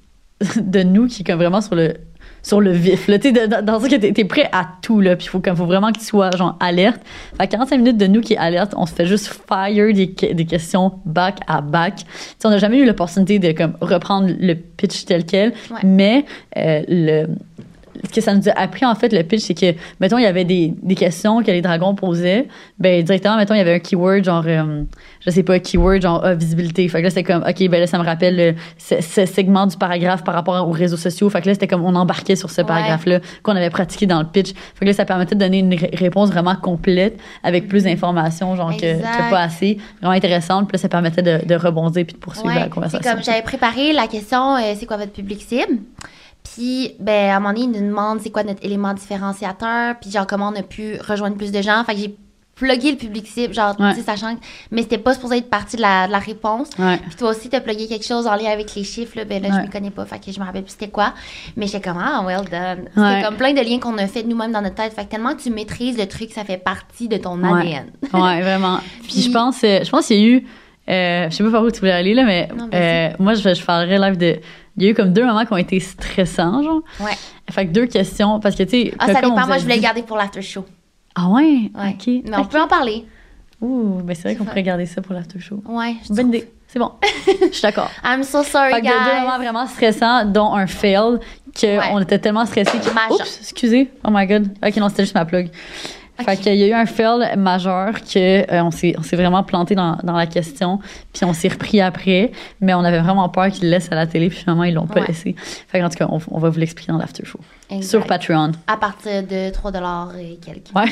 de nous qui est comme vraiment sur le, sur le vif. Là, tu sais, dans, dans ça que t'es, t'es prêt à tout, là. Puis il faut, comme- faut vraiment que tu sois, genre, alerte. Fait que quarante-cinq minutes de nous qui est alerte, on se fait juste fire des, que- des questions back à back. Tu sais, on n'a jamais eu l'opportunité de, comme, reprendre le pitch tel quel. Ouais. Mais euh, le... ce que ça nous a appris, en fait, le pitch, c'est que, mettons, il y avait des, des questions que les dragons posaient. Ben, directement, mettons, il y avait un keyword, genre, euh, je sais pas, keyword, genre, ah, visibilité. Fait que là, c'était comme, OK, ben là, ça me rappelle le- ce, ce segment du paragraphe par rapport aux réseaux sociaux. Fait que là, c'était comme, on embarquait sur ce Ouais. paragraphe-là qu'on avait pratiqué dans le pitch. Fait que là, ça permettait de donner une ré- réponse vraiment complète avec plus d'informations, genre, que, Exact. que pas assez. Vraiment intéressante. Puis là, ça permettait de, de rebondir puis de poursuivre Ouais, la c'est conversation. comme, j'avais préparé la question, euh, c'est quoi votre public cible? Puis, ben, à un moment donné, il nous demande c'est quoi notre élément différenciateur, puis genre, comment on a pu rejoindre plus de gens. Fait que j'ai plugué le public cible, genre, Ouais. tu sais, sachant que... Mais c'était pas supposé être partie de la, de la réponse. Ouais. Puis toi aussi, t'as plugué quelque chose en lien avec les chiffres, là, ben là, Ouais. je m'y connais pas, fait que je me rappelle plus c'était quoi. Mais j'étais comme, ah, well done. C'était Ouais. comme plein de liens qu'on a fait nous-mêmes dans notre tête. Fait que tellement que tu maîtrises le truc, ça fait partie de ton A D N. Ouais, vraiment. Puis Puis- je pense, euh, je pense qu'il y a eu, euh, je sais pas par où tu voulais aller là, mais Non, euh, vas-y. moi je, je parlerais live de, il y a eu comme deux moments qui ont été stressants, genre. Ouais. Fait que deux questions, parce que tu sais, Ah, que- ça comme on dépend. vous Moi, a je voulais dit- garder pour l'after show. Ah ouais? Ouais. OK. Mais on OK. peut en parler. Ouh, ben c'est vrai C'est qu'on fun. pourrait garder ça pour l'after show. Ouais, je Bonne trouve. idée. C'est bon. Je suis d'accord. I'm so sorry, Fait que guys. de- deux moments vraiment stressants, dont un fail, qu'on Ouais. était tellement stressés que. Majeur. Oups, excusez. Oh my god. Ok, non, c'était juste ma plug. Ok. Fait qu'il y a eu un fail majeur que euh, on s'est on s'est vraiment planté dans, dans la question, puis on s'est repris après, mais on avait vraiment peur qu'ils le laissent à la télé, puis finalement ils l'ont pas Ouais. laissé. Fait qu'en tout cas, on, on va vous l'expliquer dans l'after show Exact. sur Patreon. À partir de trois dollars et quelques. Ouais.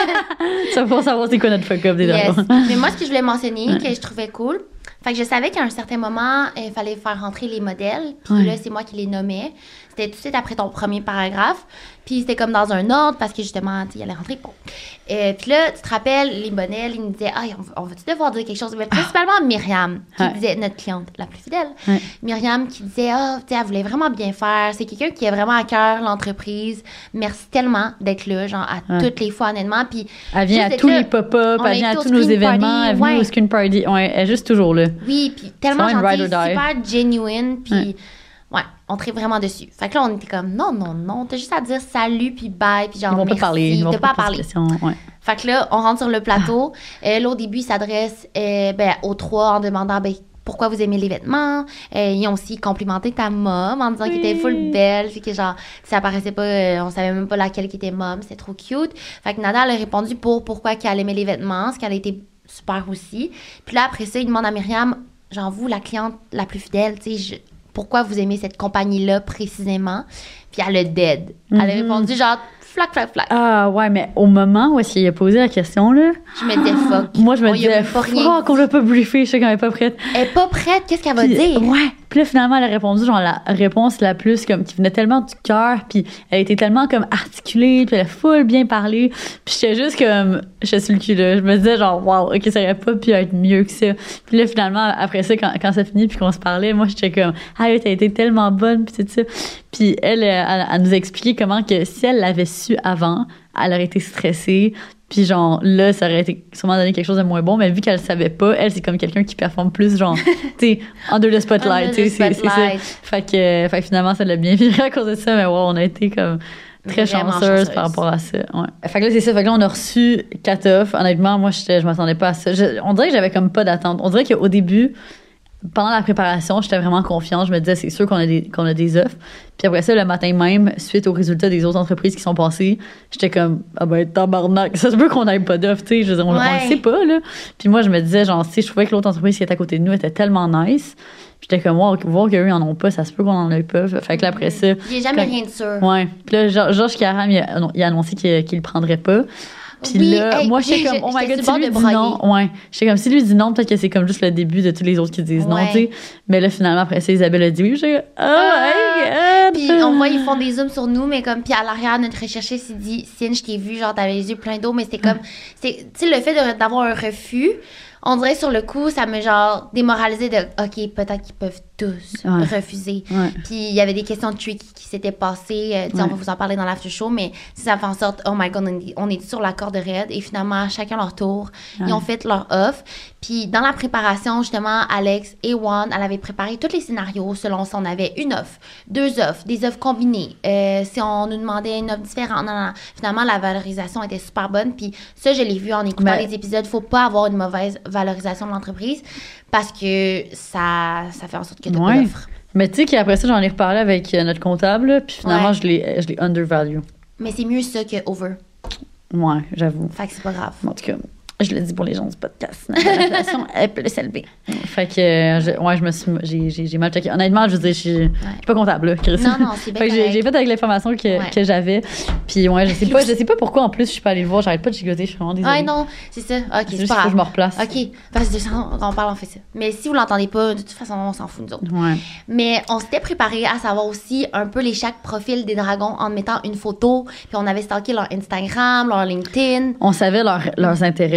Ça faut savoir c'est quoi notre fuck up des Yes. dragons. Mais moi, ce que je voulais mentionner, que je trouvais cool, fait que je savais qu'à un certain moment, il fallait faire rentrer les modèles. Puis Ouais. là, c'est moi qui les nommais. C'était tout de suite après ton premier paragraphe. Puis c'était comme dans un ordre parce que justement, tu sais, il allait rentrer. Bon. Et puis là, tu te rappelles, les modèles, ils me disaient, ah, on va- on va-tu devoir dire quelque chose? Mais principalement Myriam, qui Ouais. disait, notre cliente la plus fidèle. Ouais. Myriam qui disait, ah, tu sais, elle voulait vraiment bien faire. C'est quelqu'un qui a vraiment à cœur l'entreprise. Merci tellement d'être là, genre, à Ouais. toutes les fois, honnêtement. Puis Elle vient juste à d'être tous là. les pop-up, On elle a vient à été au tous nos screen événements, party, elle est venue ouais. au screen party. Ouais, elle est juste toujours là. Oui, puis tellement C'est vraiment une gentil, ride or die. super genuine, puis Ouais. ouais, on tripe vraiment dessus. Fait que là, on était comme, non, non, non, t'as juste à dire salut, puis bye, puis genre, Ils vont merci, pas parler. Ils vont t'as pas à poser parler. de questions, ouais. Fait que là, on rentre sur le plateau. Euh, là, au début, ils s'adressent euh, ben, aux trois en demandant, ben, pourquoi vous aimez les vêtements. Euh, ils ont aussi complimenté ta mom en disant Oui. qu'elle était full belle. Puis que genre, ça paraissait pas, euh, on savait même pas laquelle qui était mom. C'était trop cute. Fait que Nada, elle a répondu pour pourquoi qu'elle aimait les vêtements, ce qu'elle a été super aussi. Puis là, après ça, il demande à Myriam, genre, vous, la cliente la plus fidèle, tu sais, je- pourquoi vous aimez cette compagnie-là précisément? Puis elle a dead. Elle a Mhm. répondu genre, flac, flac, flac. Ah ouais, mais au moment où est-ce qu'il a posé la question, là, Je me disais fuck. moi je me On y a disais, même pas rien fuck, on l'a pas briefé, je sais qu'elle est pas prête. Elle est pas prête, qu'est-ce qu'elle va Puis, dire? Ouais. Puis là, finalement, elle a répondu, genre, la réponse la plus, comme, qui venait tellement du cœur, puis elle était tellement, comme, articulée, puis elle a full bien parlé. Puis j'étais juste, comme, j'étais sur le cul, là. Je me disais, genre, wow, ok, ça aurait pas pu être mieux que ça. Puis là, finalement, après ça, quand, quand ça finit, puis qu'on se parlait, moi, j'étais comme, ah, t'as été tellement bonne, puis tout ça. Puis elle, elle, elle nous a expliqué comment que si elle l'avait su avant, elle aurait été stressée. Puis genre, là, ça aurait été sûrement donné quelque chose de moins bon, mais vu qu'elle le savait pas, elle, c'est comme quelqu'un qui performe plus, genre, tu sais, under the spotlight, Under tu the sais, c'est c'est ça. spotlight. Fait que, euh, fait que finalement, ça l'a bien viré à cause de ça, mais ouais, on a été comme très Vraiment chanceuse, chanceuse. par rapport à ça. Ouais. Fait que là, c'est ça. Fait que là, on a reçu Katoff. Honnêtement, moi, j'étais- je m'attendais pas à ça. Je- on dirait que j'avais comme pas d'attente. On dirait qu'au début, pendant la préparation, j'étais vraiment confiante. Je me disais, c'est sûr qu'on a des, qu'on a des offres. Puis après ça, le matin même, suite aux résultats des autres entreprises qui sont passées, j'étais comme, ah ben, tabarnak, ça se peut qu'on n'ait pas d'offres, tu sais. Je veux dire, on, on Ouais. le sait pas, là. Puis moi, je me disais, genre, tu sais, je trouvais que l'autre entreprise qui était à côté de nous était tellement nice. Puis j'étais comme, wow, voir qu'eux, ils en ont pas, ça se peut qu'on en ait pas. Fait que là, après ça. Il n'y a jamais Quand- rien de sûr. Ouais. Puis là, Georges Georges Caram, il a, il a annoncé qu'il qu'il le prendrait pas. Puis Oui, là, hey, moi, j'étais j'ai- comme, oh my j'étais god, sur si le lui bord dit de non, ouais. J'étais comme, si lui dit non, peut-être que c'est comme juste le début de tous les autres qui disent non, Ouais. tu sais. Mais là, finalement, après ça, Isabelle a dit oui. J'étais comme, oh Ah! my god. Puis on voit, ils font des zooms sur nous, mais comme, puis à l'arrière, notre recherchiste, il dit, Cine, je t'ai vu, genre, t'avais les yeux pleins d'eau, mais c'était comme, c'est, tu sais, le fait de- d'avoir un refus, on dirait sur le coup, ça me genre démoralisé de, OK, peut-être qu'ils peuvent tous Ouais. refuser. Ouais. Puis il y avait des questions tricky qui s'étaient passées, euh, tu sais, on Ouais. va vous en parler dans l'after show, mais ça fait en sorte, oh my god, on est, on est sur la corde raide, et finalement, à chacun leur tour, Ouais. ils ont fait leur offre. Puis dans la préparation, justement, Alex et Juan, elle avait préparé tous les scénarios selon si on avait une offre, deux offres, des offres combinées, euh, si on nous demandait une offre différente. Non, non, non. Finalement, la valorisation était super bonne. Puis ça, je l'ai vu en écoutant Mais- les épisodes. Faut pas avoir une mauvaise valorisation de l'entreprise parce que ça, ça fait en sorte que t'as Ouais. pas d'offre. Mais tu sais qu'après ça, j'en ai reparlé avec euh, notre comptable, là, puis finalement, Ouais. je l'ai je l'ai undervalue. Mais c'est mieux ça que over. Ouais, j'avoue. Fait que c'est pas grave. En tout cas, je le dis pour les gens du podcast. L'inflation est plus élevée. Fait que, euh, je, ouais, je me suis, j'ai, j'ai, j'ai mal checké. Honnêtement, je veux dire, je suis, je suis pas comptable, là, Chris. Non, non, c'est bien Fait que j'ai, correct. j'ai fait avec l'information que, Ouais. que j'avais. Puis, ouais, je sais pas, je sais pas pourquoi, en plus, je suis pas allée le voir. J'arrête pas de gigoter, je suis vraiment désolée. Ouais, non, c'est ça. Ok, C'est c'est juste pas qu'il faut que je me grave. replace. Ok, parce que on parle, on fait ça. Mais si vous l'entendez pas, de toute façon, on s'en fout, nous autres. Ouais. Mais on s'était préparé à savoir aussi un peu les chaque profil des dragons en mettant une photo. Puis on avait stalké leur Instagram, leur LinkedIn. On savait leur- leurs intérêts.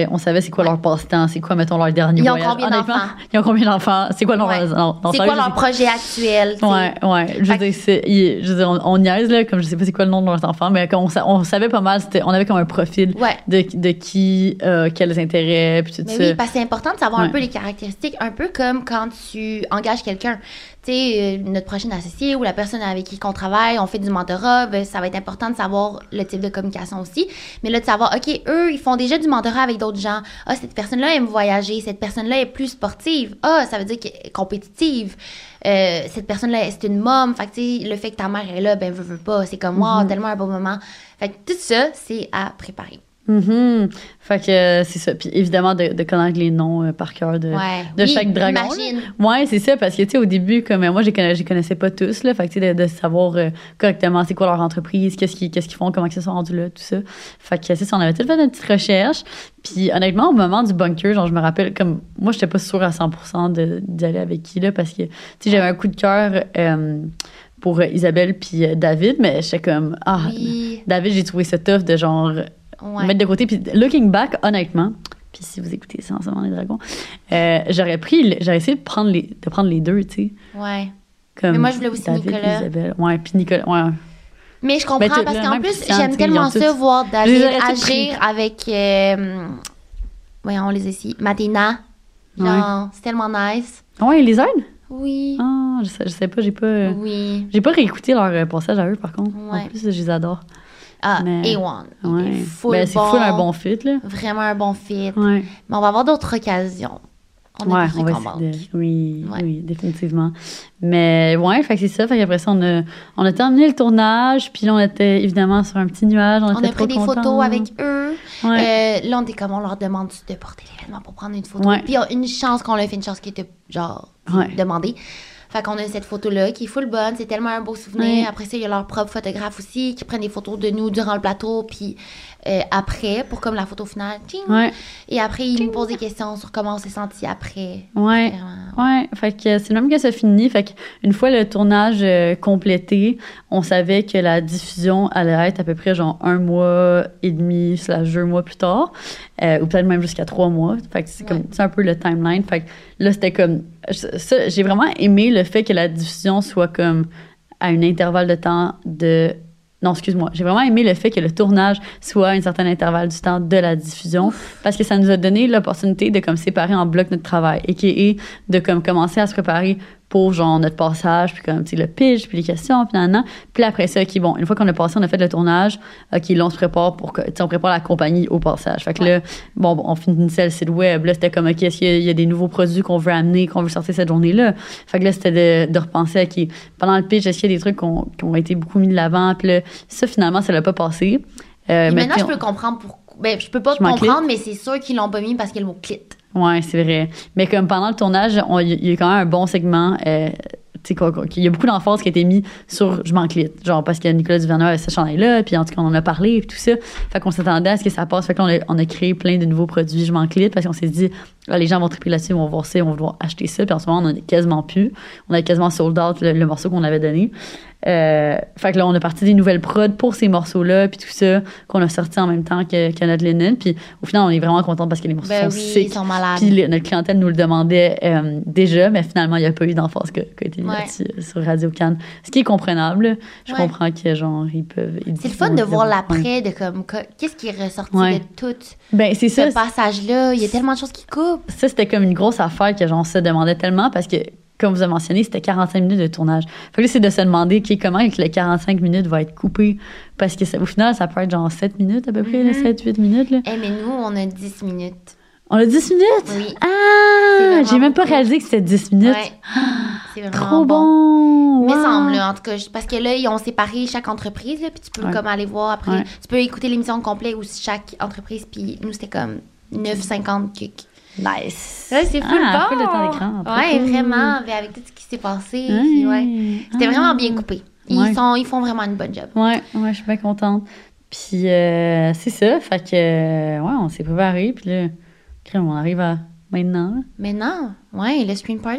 on savait c'est quoi Ouais. leur passe-temps, c'est quoi, mettons, leur dernier Ils ont voyage. combien Honnêtement, d'enfants? Ils ont combien d'enfants? C'est quoi leur... Ouais. non, non, C'est sérieux, quoi leur je sais- projet actuel? tu sais? Ouais, ouais. Je veux Fait dire, c'est, il- je veux dire, on, on niaise, là, comme je sais pas c'est quoi le nom de leurs enfants, mais comme on, sa- on savait pas mal, c'était, on avait comme un profil Ouais. de, de qui, euh, quels intérêts, puis tout Mais ça. oui, parce que c'est important de savoir un Ouais. peu les caractéristiques, un peu comme quand tu engages quelqu'un. Tu sais, euh, notre prochaine associée ou la personne avec qui on travaille, on fait du mentorat, ben, ça va être important de savoir le type de communication aussi. Mais là, de savoir, OK, eux, ils font déjà du mentorat avec d'autres gens. Ah, cette personne-là aime voyager. Cette personne-là est plus sportive. Ah, ça veut dire qu'elle est compétitive. Euh, cette personne-là, c'est une môme. Fait que, tu sais, le fait que ta mère est là, ben, veut, veut pas. C'est comme, wow, Mhm. tellement un beau moment. Fait que tout ça, c'est à préparer. Mhm. Fait que euh, c'est ça. Puis évidemment, de, de connaître les noms euh, par cœur de, Ouais. de Oui, chaque dragon. imagine. là. Ouais, c'est ça. Parce que, tu sais, au début, comme euh, moi, je les connais- je les connaissais pas tous, là. Fait que, tu sais, de, de savoir euh, correctement c'est quoi leur entreprise, qu'est-ce qu'ils, qu'est-ce qu'ils font, comment ils se sont rendus là, tout ça. Fait que, c'est ça, on avait tout fait notre petite recherche. Puis honnêtement, au moment du bunker, genre, je me rappelle, comme, moi, j'étais pas sûre à cent pour cent de, d'y aller avec qui, là, parce que, tu sais, j'avais un coup de cœur euh, pour euh, Isabelle puis euh, David, mais j'étais comme, ah, Oui. David, j'ai trouvé ça tough de genre Ouais. mettre de côté. Puis looking back, honnêtement, puis si vous écoutez ça en ce moment, les dragons, euh, j'aurais pris, le- j'aurais essayé de prendre les, de prendre les deux, tu sais. Ouais. Comme Mais moi, je voulais aussi David et Nicolas. Isabelle. Ouais, puis Nicolas, ouais. Mais je comprends Ben, tout- parce le qu'en même plus, Christian, j'aime tu sais, ils tellement ont tous- ça voir Je David les aurais tous agir avec. Euh, voyons, on les a ici. Matina. Genre, c'est tellement nice. Ouais, ils les aident? Oui. Ah, je sais, je sais pas, j'ai pas... euh, Oui. J'ai pas réécouté leur euh, passage à eux, par contre. Ouais. En plus, je les adore. Ah, Mais- A one. Il Ouais. est full Ben, c'est bon. full un bon fit, là. Vraiment un bon fit. Ouais. Mais on va avoir d'autres occasions. On a Ouais, des on trucs va qu'on manque. essayer de... Oui, Ouais. oui, définitivement. Mais ouais, fait que c'est ça. Fait qu'après ça, on a, on a terminé le tournage. Puis là, on était évidemment sur un petit nuage. On, On était a pris trop des contents. photos avec eux. Ouais. Euh, là, on était comme, on leur demande de porter l'événement pour prendre une photo. Ouais. Puis, on a une chance qu'on l'a fait, une chance qui était, genre, Ouais. demandée. Fait qu'on a cette photo-là qui est full bonne. C'est tellement un beau souvenir. Ouais. Après ça, il y a leur propre photographe aussi qui prennent des photos de nous durant le plateau. Puis euh, après, pour comme la photo finale. Tching. Ouais. Et après, ils nous posent des questions sur comment on s'est senti après. Ouais. Vraiment. Ouais, fait que c'est le même que ça finit. Fait qu'une fois le tournage euh, complété, on savait que la diffusion allait être à peu près genre un mois et demi slash deux mois plus tard, euh, ou peut-être même jusqu'à trois mois. Fait que c'est comme Ouais. c'est un peu le timeline. Fait que là, c'était comme... Ça, j'ai vraiment aimé le fait que la diffusion soit comme à un intervalle de temps de... Non, excuse-moi. J'ai vraiment aimé le fait que le tournage soit à un certain intervalle du temps de la diffusion parce que ça nous a donné l'opportunité de comme séparer en bloc notre travail et qui est de comme commencer à se préparer pour genre notre passage puis comme tu sais le pitch puis les questions puis nan, nan. Puis après ça OK bon une fois qu'on a passé on a fait le tournage OK là on se prépare pour que tu sais on prépare la compagnie au passage. Fait que là bon, bon on finissait le site web là c'était comme OK est-ce qu'il y a, il y a des nouveaux produits qu'on veut amener qu'on veut sortir cette journée-là. Fait que là c'était de, de repenser à qui pendant le pitch est-ce qu'il y a des trucs qu'on- qui ont été beaucoup mis de l'avant puis là ça finalement ça l'a pas passé. Euh, Et mais maintenant, tu je sais, peux comprendre pourquoi. Ben, je peux pas Je m'en comprendre, mais c'est sûr qu'ils l'ont pas mis parce qu'il y a le mot clit. ouais, c'est vrai. Mais comme pendant le tournage, on- il y a quand même un bon segment. Euh, tu sais, quoi- quoi- il y a beaucoup d'emphase qui a été mis sur je m'en clite. Genre, parce que Nicolas Duverneur a ce chandail-là, puis en tout cas, on en a parlé, et tout ça. Fait qu'on s'attendait à ce que ça passe. Fait que là, on a, on a créé plein de nouveaux produits je m'en clite parce qu'on s'est dit, ah, les gens vont triper là-dessus, ils vont voir ça, ils vont vouloir acheter ça. Puis en ce moment, on en a quasiment plus. On a quasiment sold out le, le morceau qu'on avait donné. Euh, fait que là, on a parti des nouvelles prods pour ces morceaux-là, puis tout ça, qu'on a sorti en même temps que, que notre Lennon. Puis au final, on est vraiment content parce que les morceaux Ben sont oui, sick. ils sont malades. Puis les- notre clientèle nous le demandait euh, déjà, mais finalement, il n'y a pas eu d'emphase qui a qui a été mise Ouais. là-dessus, euh, sur Radio Cannes. Ce qui est comprenable. là. Je Ouais. comprends que, genre, ils peuvent... ils C'est le disent- fun de voir Ouais. l'après, de comme, co- qu'est-ce qui est ressorti Ouais. de tout Ben, c'est ça. ce passage-là. Il y a tellement de choses qui coupent. Ça, c'était comme une grosse affaire que, genre, se demandait tellement parce que, comme vous avez mentionné, c'était quarante-cinq minutes de tournage. Fait que là, c'est de se demander OK, comment est-ce que les quarante-cinq minutes va être coupé. Parce que, ça- au final, ça peut être genre sept minutes à peu près, Mhm. sept huit minutes. Là. Eh, mais nous, on a dix minutes. On a dix minutes? Oui. C'est Ah! vraiment J'ai même pas beaucoup. réalisé que c'était dix minutes. Ouais. C'est vraiment Trop bon! Il me Wow! semble, là, en tout cas. je- Parce que là, ils ont séparé chaque entreprise, là, puis tu peux Ouais. comme aller voir après. Ouais. Tu peux écouter l'émission au complet ou chaque entreprise, puis nous, c'était comme neuf cinquante kick. Nice! Ouais, c'est full Ah, bon. full de temps d'écran. Trop Ouais, cool. vraiment. Mais avec tout ce qui s'est passé, puis ouais. C'était Ah. vraiment bien coupé. Ils, Ouais. sont, ils font vraiment une bonne job. Ouais, ouais, je suis bien contente. Puis euh, c'est ça, fait que euh, ouais, on s'est préparé, puis là, crème, on arrive à maintenant. là. Maintenant, ouais, le screen party.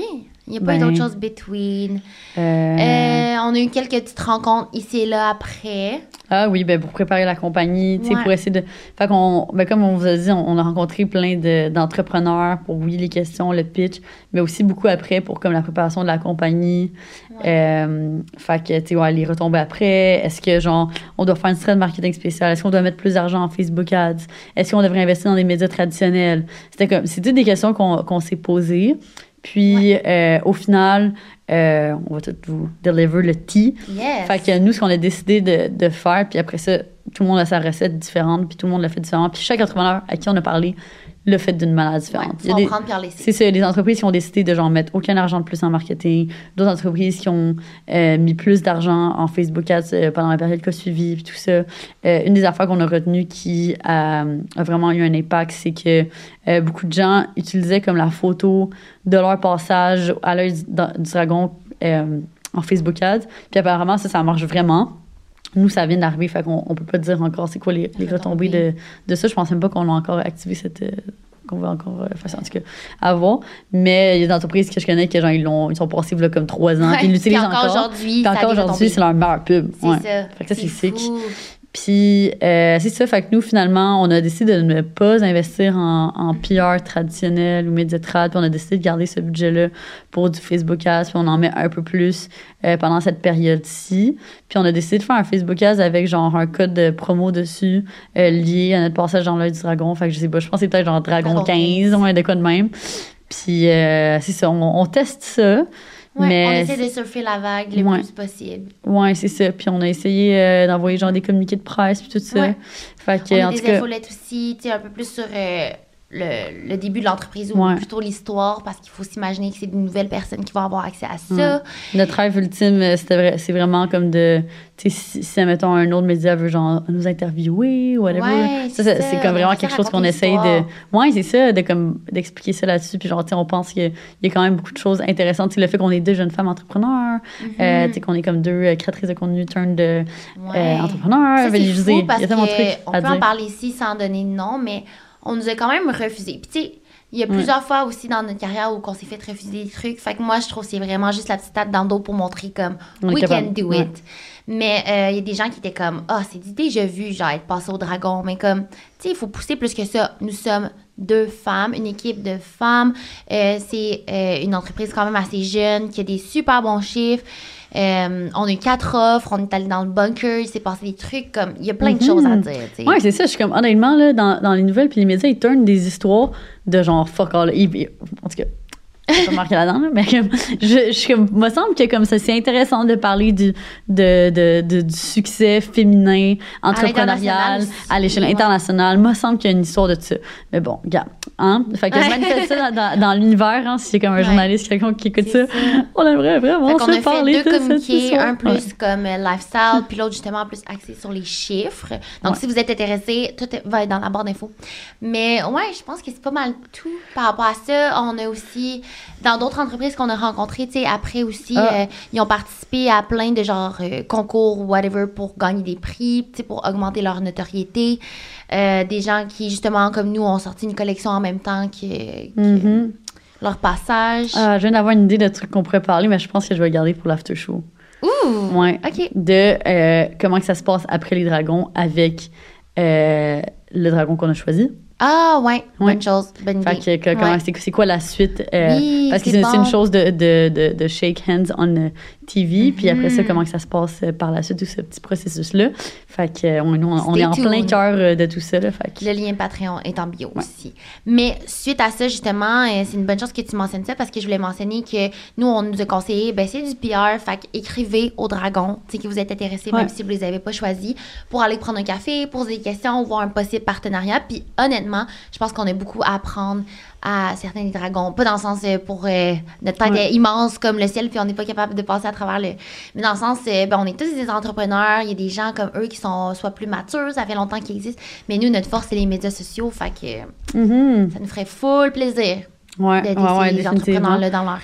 Il n'y a pas Ben, eu d'autres choses between. Euh... Euh, on a eu quelques petites rencontres ici et là après. Ah oui, ben pour préparer la compagnie, tu sais, Ouais. pour essayer de... Fait qu'on, ben comme on vous a dit, on, on a rencontré plein de, d'entrepreneurs pour, oui, les questions, le pitch, mais aussi beaucoup après pour comme la préparation de la compagnie. Ouais. Euh, fait que, tu sais, ouais, les retombées après. Est-ce que, genre, on doit faire une stratégie de marketing spéciale? Est-ce qu'on doit mettre plus d'argent en Facebook Ads? Est-ce qu'on devrait investir dans des médias traditionnels? C'était comme... C'était des questions qu'on, qu'on s'est posées. Puis, euh, au final, euh, on va tout vous deliver le tea. Yes. Fait que nous, ce qu'on a décidé de, de faire, puis après ça, tout le monde a sa recette différente, puis tout le monde l'a fait différemment. Puis chaque entrepreneur à qui on a parlé l'a fait d'une manière différente. Ouais, Il y a faut en des- prendre puis en laisser. C'est ça, il y a des entreprises qui ont décidé de genre mettre aucun argent de plus en marketing, d'autres entreprises qui ont euh, mis plus d'argent en Facebook Ads euh, pendant la période qui a suivi, puis tout ça. Euh, une des affaires qu'on a retenues qui a, a vraiment eu un impact, c'est que euh, beaucoup de gens utilisaient comme la photo de leur passage à l'œil du, dans- du dragon euh, en Facebook Ads. Puis apparemment, ça, ça marche vraiment. Nous, ça vient d'arriver, fait qu'on on peut pas dire encore c'est quoi les, les retombées de, de ça. Je pense même pas qu'on a encore activé cette... euh, qu'on va encore euh, faire ça, en tout cas, avoir. Mais il y a des entreprises que je connais que genre, ils, l'ont, ils sont passés là, comme trois ans, Ouais, puis ils l'utilisent puis encore. encore aujourd'hui, Puis ça a encore des aujourd'hui, retombées. c'est leur meilleure pub. C'est Ouais. ça. Fait que ça, c'est sick. fou. Puis, euh, c'est ça. Fait que nous, finalement, on a décidé de ne pas investir en, en P R traditionnel ou média trad. Puis on a décidé de garder ce budget-là pour du Facebook Ads. Puis on en met un peu plus euh, pendant cette période-ci. Puis on a décidé de faire un Facebook Ads avec genre un code de promo dessus euh, lié à notre passage dans l'œil du dragon. Fait que je sais pas, je pense que c'est peut-être genre Dragon Dragon quinze, ouais, de quoi de même. Puis euh, c'est ça, on, on teste ça. Ouais, mais on essaie de surfer la vague le Ouais. plus possible. Ouais, c'est ça. Puis on a essayé euh, d'envoyer genre des communiqués de presse puis tout ça. Ouais. Fait que, On a en des tout cas, infolettes aussi, tu sais, un peu plus sur euh, le, le début de l'entreprise ou Ouais. plutôt l'histoire, parce qu'il faut s'imaginer que c'est de nouvelles personnes qui vont avoir accès à ça. notre rêve ultime, euh, c'était vrai, c'est vraiment comme de, tu sais, si, si, mettons, un autre média veut genre nous interviewer ou whatever. Ouais, ça, c'est c'est, ça. c'est comme On vraiment va quelque faire chose qu'on raconter essaye de. l'histoire. Ouais, c'est ça, de comme d'expliquer ça là-dessus. Puis genre, tu sais, on pense qu'il y a, il y a quand même beaucoup de choses intéressantes. Tu sais, le fait qu'on est deux jeunes femmes entrepreneurs, euh, tu sais, qu'on est comme deux euh, créatrices de contenu turn de euh, Ouais. entrepreneurs. Ça, Ben, c'est je fou veux dire, parce il y a tellement de trucs qu'on à peut en dire. parler ici sans donner de nom, mais on nous a quand même refusé. Puis tu sais, il y a plusieurs fois aussi dans notre carrière où on s'est fait refuser des trucs. Fait que moi, je trouve que c'est vraiment juste la petite tape dans le dos pour montrer comme On est we capable. can do Ouais. it. Mais euh, il y a des gens qui étaient comme ah, c'est du déjà vu, genre être passé au dragon. Mais comme, tu sais, il faut pousser plus que ça. Nous sommes deux femmes, une équipe de femmes. Euh, c'est euh, une entreprise quand même assez jeune qui a des super bons chiffres. Euh, on a eu quatre offres, on est allé dans le bunker, il s'est passé des trucs comme. Il y a plein de Mhm. choses à dire, tu sais. Ouais, c'est ça. Je suis comme, honnêtement, là, dans, dans les nouvelles puis les médias, ils tournent des histoires de genre fuck all. Ils- ils- En tout cas, j'ai pas marqué là-dedans, là, mais comme, je, je suis comme, me semble que comme ça, c'est intéressant de parler du, de, de, de- du succès féminin, entrepreneurial, l'international aussi, à l'échelle ouais. internationale. Me semble qu'il y a une histoire de ça. Mais bon, regarde, hein. Fait que je Ouais. manifeste ça dans, dans, dans l'univers, hein, si c'est comme un Ouais. journaliste, quelqu'un qui écoute C'est ça. ça. On aimerait vraiment Fait qu'on se a fait parler deux de cette communiqués, histoire. un plus Ouais. comme euh, lifestyle, puis l'autre justement plus axé sur les chiffres. Donc Ouais. si vous êtes intéressé, tout est- va être dans la barre d'infos. Mais ouais, je pense que c'est pas mal tout par rapport à ça. On a aussi, dans d'autres entreprises qu'on a rencontrées, tu sais, après aussi, Ah. euh, ils ont participé à plein de genre euh, concours ou whatever pour gagner des prix, tu sais, pour augmenter leur notoriété. Euh, des gens qui, justement, comme nous, ont sorti une collection en même temps que, que Mhm. leur passage. Ah, je viens d'avoir une idée de trucs qu'on pourrait parler, mais je pense que je vais le garder pour l'after show. Ouh! Ouais. OK. De euh, comment que ça se passe après les dragons avec euh, le dragon qu'on a choisi. Ah, ouais, Ouais. bonne chose, bonne Fait idée. que, que- comment, Ouais. c'est, c'est quoi la suite? euh, Oui, parce que c'est c'est, c'est une bon. chose de, de, de, de shake hands on euh, T V, puis après ça, Mhm. comment que ça se passe euh, par la suite, tout ce petit processus-là. Fait que euh, on, on, on Stay est en plein tuned. cœur euh, de tout ça. Là, fait que- Le lien Patreon est en bio aussi. Mais suite à ça, justement, euh, c'est une bonne chose que tu mentionnes ça parce que je voulais mentionner que nous, on nous a conseillé, ben, c'est du P R, fait que écrivez au dragon, tu sais, que vous êtes intéressé, Ouais. même si vous les avez pas choisis, pour aller prendre un café, poser des questions, voir un possible partenariat. Puis honnêtement, je pense qu'on a beaucoup à apprendre à certains des dragons. Pas dans le sens euh, pour euh, notre tête Ouais. est immense comme le ciel, puis on n'est pas capable de passer à travers le. Mais dans le sens, euh, ben, on est tous des entrepreneurs. Il y a des gens comme eux qui sont soit plus matures, ça fait longtemps qu'ils existent. Mais nous, notre force, c'est les médias sociaux. Fait que Mhm. ça nous ferait full plaisir Ouais, d'aider ouais, ouais, ces définitivement. entrepreneurs-là dans leur réseau.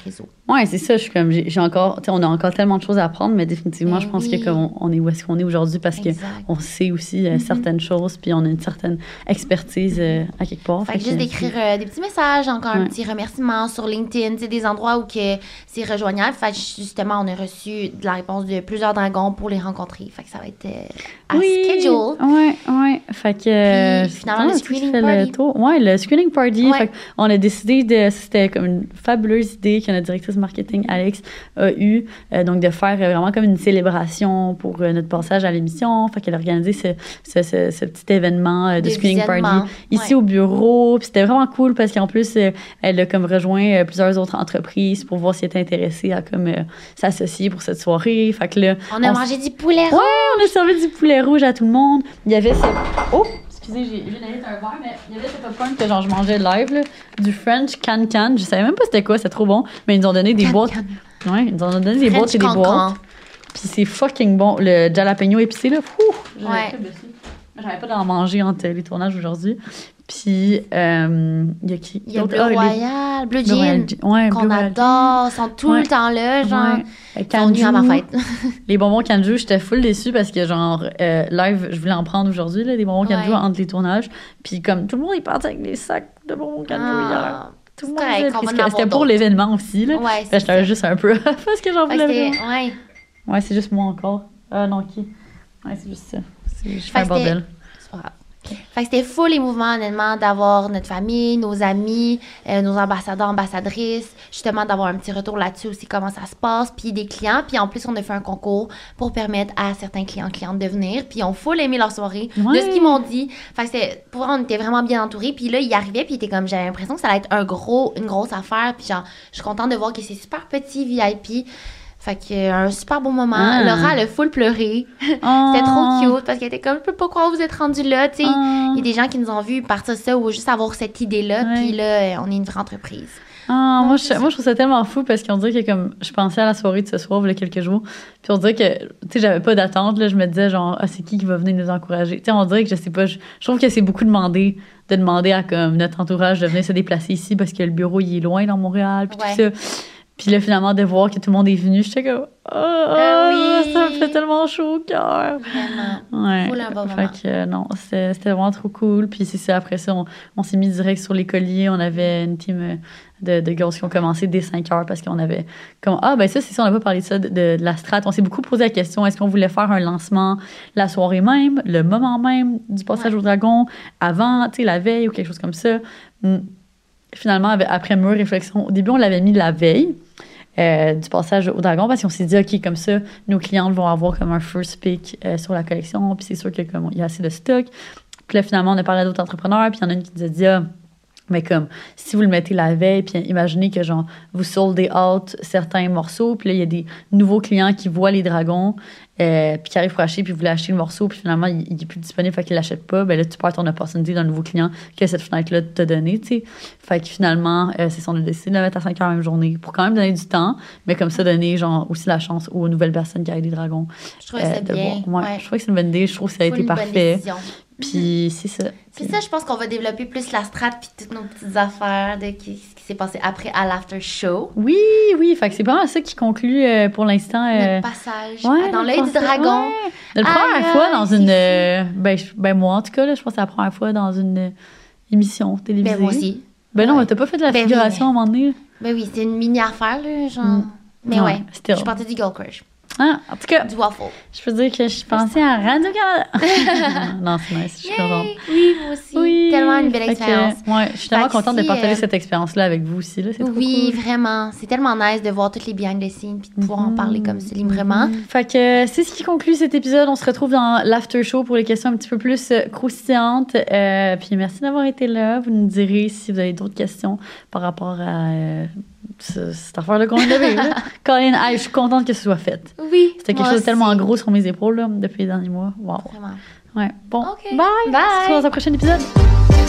Ouais, c'est ça. Je suis comme, j'ai, j'ai encore, tu sais, on a encore tellement de choses à apprendre, mais définitivement, Ben je pense oui. que comme on, on est où est-ce qu'on est aujourd'hui parce Exact. qu'on sait aussi euh, Mhm. certaines choses, puis on a une certaine expertise euh, à quelque part. Fait que Fait juste que- d'écrire euh, des petits messages, encore un Ouais. petit remerciement sur LinkedIn, tu sais, des endroits où que c'est rejoignable. Fait que justement, on a reçu de la réponse de plusieurs dragons pour les rencontrer. Fait que ça va être euh, à Oui, schedule. ouais, ouais. Fait que euh, Puis, finalement, le c'est toi qui screening fais party. le tour. Ouais, le screening party. Ouais. Fait on a décidé de, c'était comme une fabuleuse idée que notre directrice marketing Alex a eue, euh, donc de faire euh, vraiment comme une célébration pour euh, notre passage à l'émission. Fait qu'elle a organisé ce, ce, ce, ce petit événement euh, de, De screening visionnement. party ici Ouais. au bureau. Puis c'était vraiment cool parce qu'en plus euh, elle a comme rejoint euh, plusieurs autres entreprises pour voir si elle était intéressée à comme euh, s'associer pour cette soirée. Fait que là, On a on mangé du poulet Ouais, on a servi du poulet rouge à tout le monde. Il y avait ce... Oh, excusez, j'ai j'ai donné un verre, mais il y avait ce popcorn que genre je mangeais live, là, du French can-can. Je savais même pas c'était quoi, c'était trop bon. Mais ils nous ont donné des Can boîtes. can. Ouais, ils nous ont donné des French boîtes et des cancan. boîtes. Puis c'est fucking bon. Le jalapeno épicé, là, fou! J'avais Ouais. pas dessus. J'avais pas d'en manger entre les tournages aujourd'hui. Puis, euh, il y a qui? Il y a d'autres? Blue Ah, les- Royal, Blue Blue Royal Jean, Gin. Ouais, qu'on Blue Royal adore. Ils sont tout Ouais. le temps là, genre. Ouais. Ils sont venus à ma Canju. fête. Les bonbons Canju, j'étais full déçue parce que, genre, euh, live, je voulais en prendre aujourd'hui, là, des bonbons Canju Ouais. entre les tournages. Puis, comme tout le monde est parti avec des sacs de bonbons Canju hier. Ah, Tout le c'est monde correct, disait, on va puis en c'était avoir c'était pour d'autres. l'événement aussi, là. Ouais, Fait que c'est j'étais ça. juste un peu parce que j'en Fait que voulais c'était- vraiment. ouais. Ouais, c'est juste moi encore. Ah non, qui? Ouais, c'est juste ça. C'est- Je fais Fait un que bordel. C'est pas grave. Fait que c'était full les mouvements, honnêtement, d'avoir notre famille, nos amis, euh, nos ambassadeurs, ambassadrices, justement d'avoir un petit retour là-dessus aussi, comment ça se passe, puis des clients. Puis en plus, on a fait un concours pour permettre à certains clients, clientes de venir. Puis ils ont full aimé leur soirée, de Ouais. ce qu'ils m'ont dit. Fait que c'est, pour vrai, on était vraiment bien entourés. Puis là, ils arrivaient, puis ils étaient comme, j'avais l'impression que ça allait être un gros, une grosse affaire. Puis genre, je suis contente de voir que c'est super petit, V I P. Fait que euh, un super beau moment. Ah. Laura, elle a full pleuré. Oh. C'était trop cute parce qu'elle était comme, je peux pas croire que vous êtes rendus là, tu sais. Oh. Il y a des gens qui nous ont vus partir de ça ou juste avoir cette idée-là, Ouais. puis là, euh, on est une vraie entreprise. Ah, Non, moi, c'est je, moi, je trouve ça tellement fou parce qu'on dirait que comme je pensais à la soirée de ce soir, il y a quelques jours, puis on dirait que, tu sais, j'avais pas d'attente, là, je me disais genre, ah, c'est qui qui va venir nous encourager? Tu sais, on dirait que je sais pas, je, je trouve que c'est beaucoup demandé de demander à comme notre entourage de venir se déplacer ici parce que le bureau, il est loin dans Montréal, puis Ouais. tout ça. Puis là, finalement, de voir que tout le monde est venu, j'étais comme, ah, Euh, oui. ça me fait tellement chaud au cœur. Vraiment. Ouais. Full un bon fait moment. que euh, non, c'était c'était vraiment trop cool. Puis c'est ça, après ça, on, on s'est mis direct sur les colliers. On avait une team euh, de, de girls qui ont commencé dès cinq heures parce qu'on avait comme ah ben ça c'est ça, on n'a pas parlé de ça de, de, de la strat. On s'est beaucoup posé la question, est-ce qu'on voulait faire un lancement la soirée même, le moment même du passage Ouais. au dragon, avant, tu sais, la veille ou quelque chose comme ça. Hum. Finalement, avec- après mûre réflexion, au début on l'avait mis la veille. Euh, du passage au dragon parce qu'on s'est dit ok comme ça nos clientes vont avoir comme un first pick euh, sur la collection puis c'est sûr que comme il y a assez de stock puis là finalement on a parlé à d'autres entrepreneurs puis il y en a une qui nous a dit ah mais comme si vous le mettez la veille puis imaginez que genre vous soldez out certains morceaux puis là il y a des nouveaux clients qui voient les dragons euh, puis qui arrivent pour acheter puis vous voulez acheter le morceau puis finalement il, il est plus disponible fait qu'ils l'achètent pas ben là tu perds ton opportunité d'un nouveau client que cette fenêtre là t'a donné tu sais fait que finalement euh, c'est ça on a décidé de le mettre à cinq heures la même journée pour quand même donner du temps mais comme ça donner genre aussi la chance aux nouvelles personnes qui arrivent des dragons Je trouvais euh, ça de bien. voir. Ouais, Ouais. je trouvais que c'est une bonne idée je trouve que ça a Full été une bonne parfait décision. puis c'est ça C'est Puis- ça, je pense qu'on va développer plus la strat puis toutes nos petites affaires de qui- ce qui s'est passé après à l'after show. oui oui fait que c'est pas mal ça qui conclut euh, pour l'instant euh, Notre passage ouais, dans notre l'œil du passage- dragon. ouais. La première Aïe, fois aïe, dans c'est une. fou. euh, ben, je- ben, moi, en tout cas, là, je pense que c'est la première fois dans une euh, émission télévisée. Ben moi aussi. Ben non, Ouais. mais t'as pas fait de la Ben oui, figuration mais- à un moment donné. là? Ben oui, c'est une mini affaire là, genre. Mm. Mais Ouais, ouais, still. je partais du Gold Crush, Ah, en tout cas, du waffle. je peux dire que je pensais à Radio-Canada. non, c'est nice, je suis contente. Yay! Oui, moi aussi. Tellement une belle Fait que, expérience. ouais, je suis tellement Fait que contente de si, partager euh, cette expérience-là avec vous aussi. Là, c'est trop Oui, cool. vraiment. C'est tellement nice de voir toutes les behind the scenes puis de pouvoir en Mhm. parler comme ça librement. Fait que euh, c'est ce qui conclut cet épisode. On se retrouve dans l'after show pour les questions un petit peu plus euh, croustillantes. Euh, puis merci d'avoir été là. Vous nous direz si vous avez d'autres questions par rapport à euh, ce- cette affaire-là qu'on vient de vivre. là. Colin, hey, je suis contente que ce soit fait. Oui. C'était quelque moi chose de tellement aussi. gros sur mes épaules là, depuis les derniers mois. Wow. Vraiment. Ouais. Bon. OK. Bye. Bye. On se retrouve dans un prochain épisode.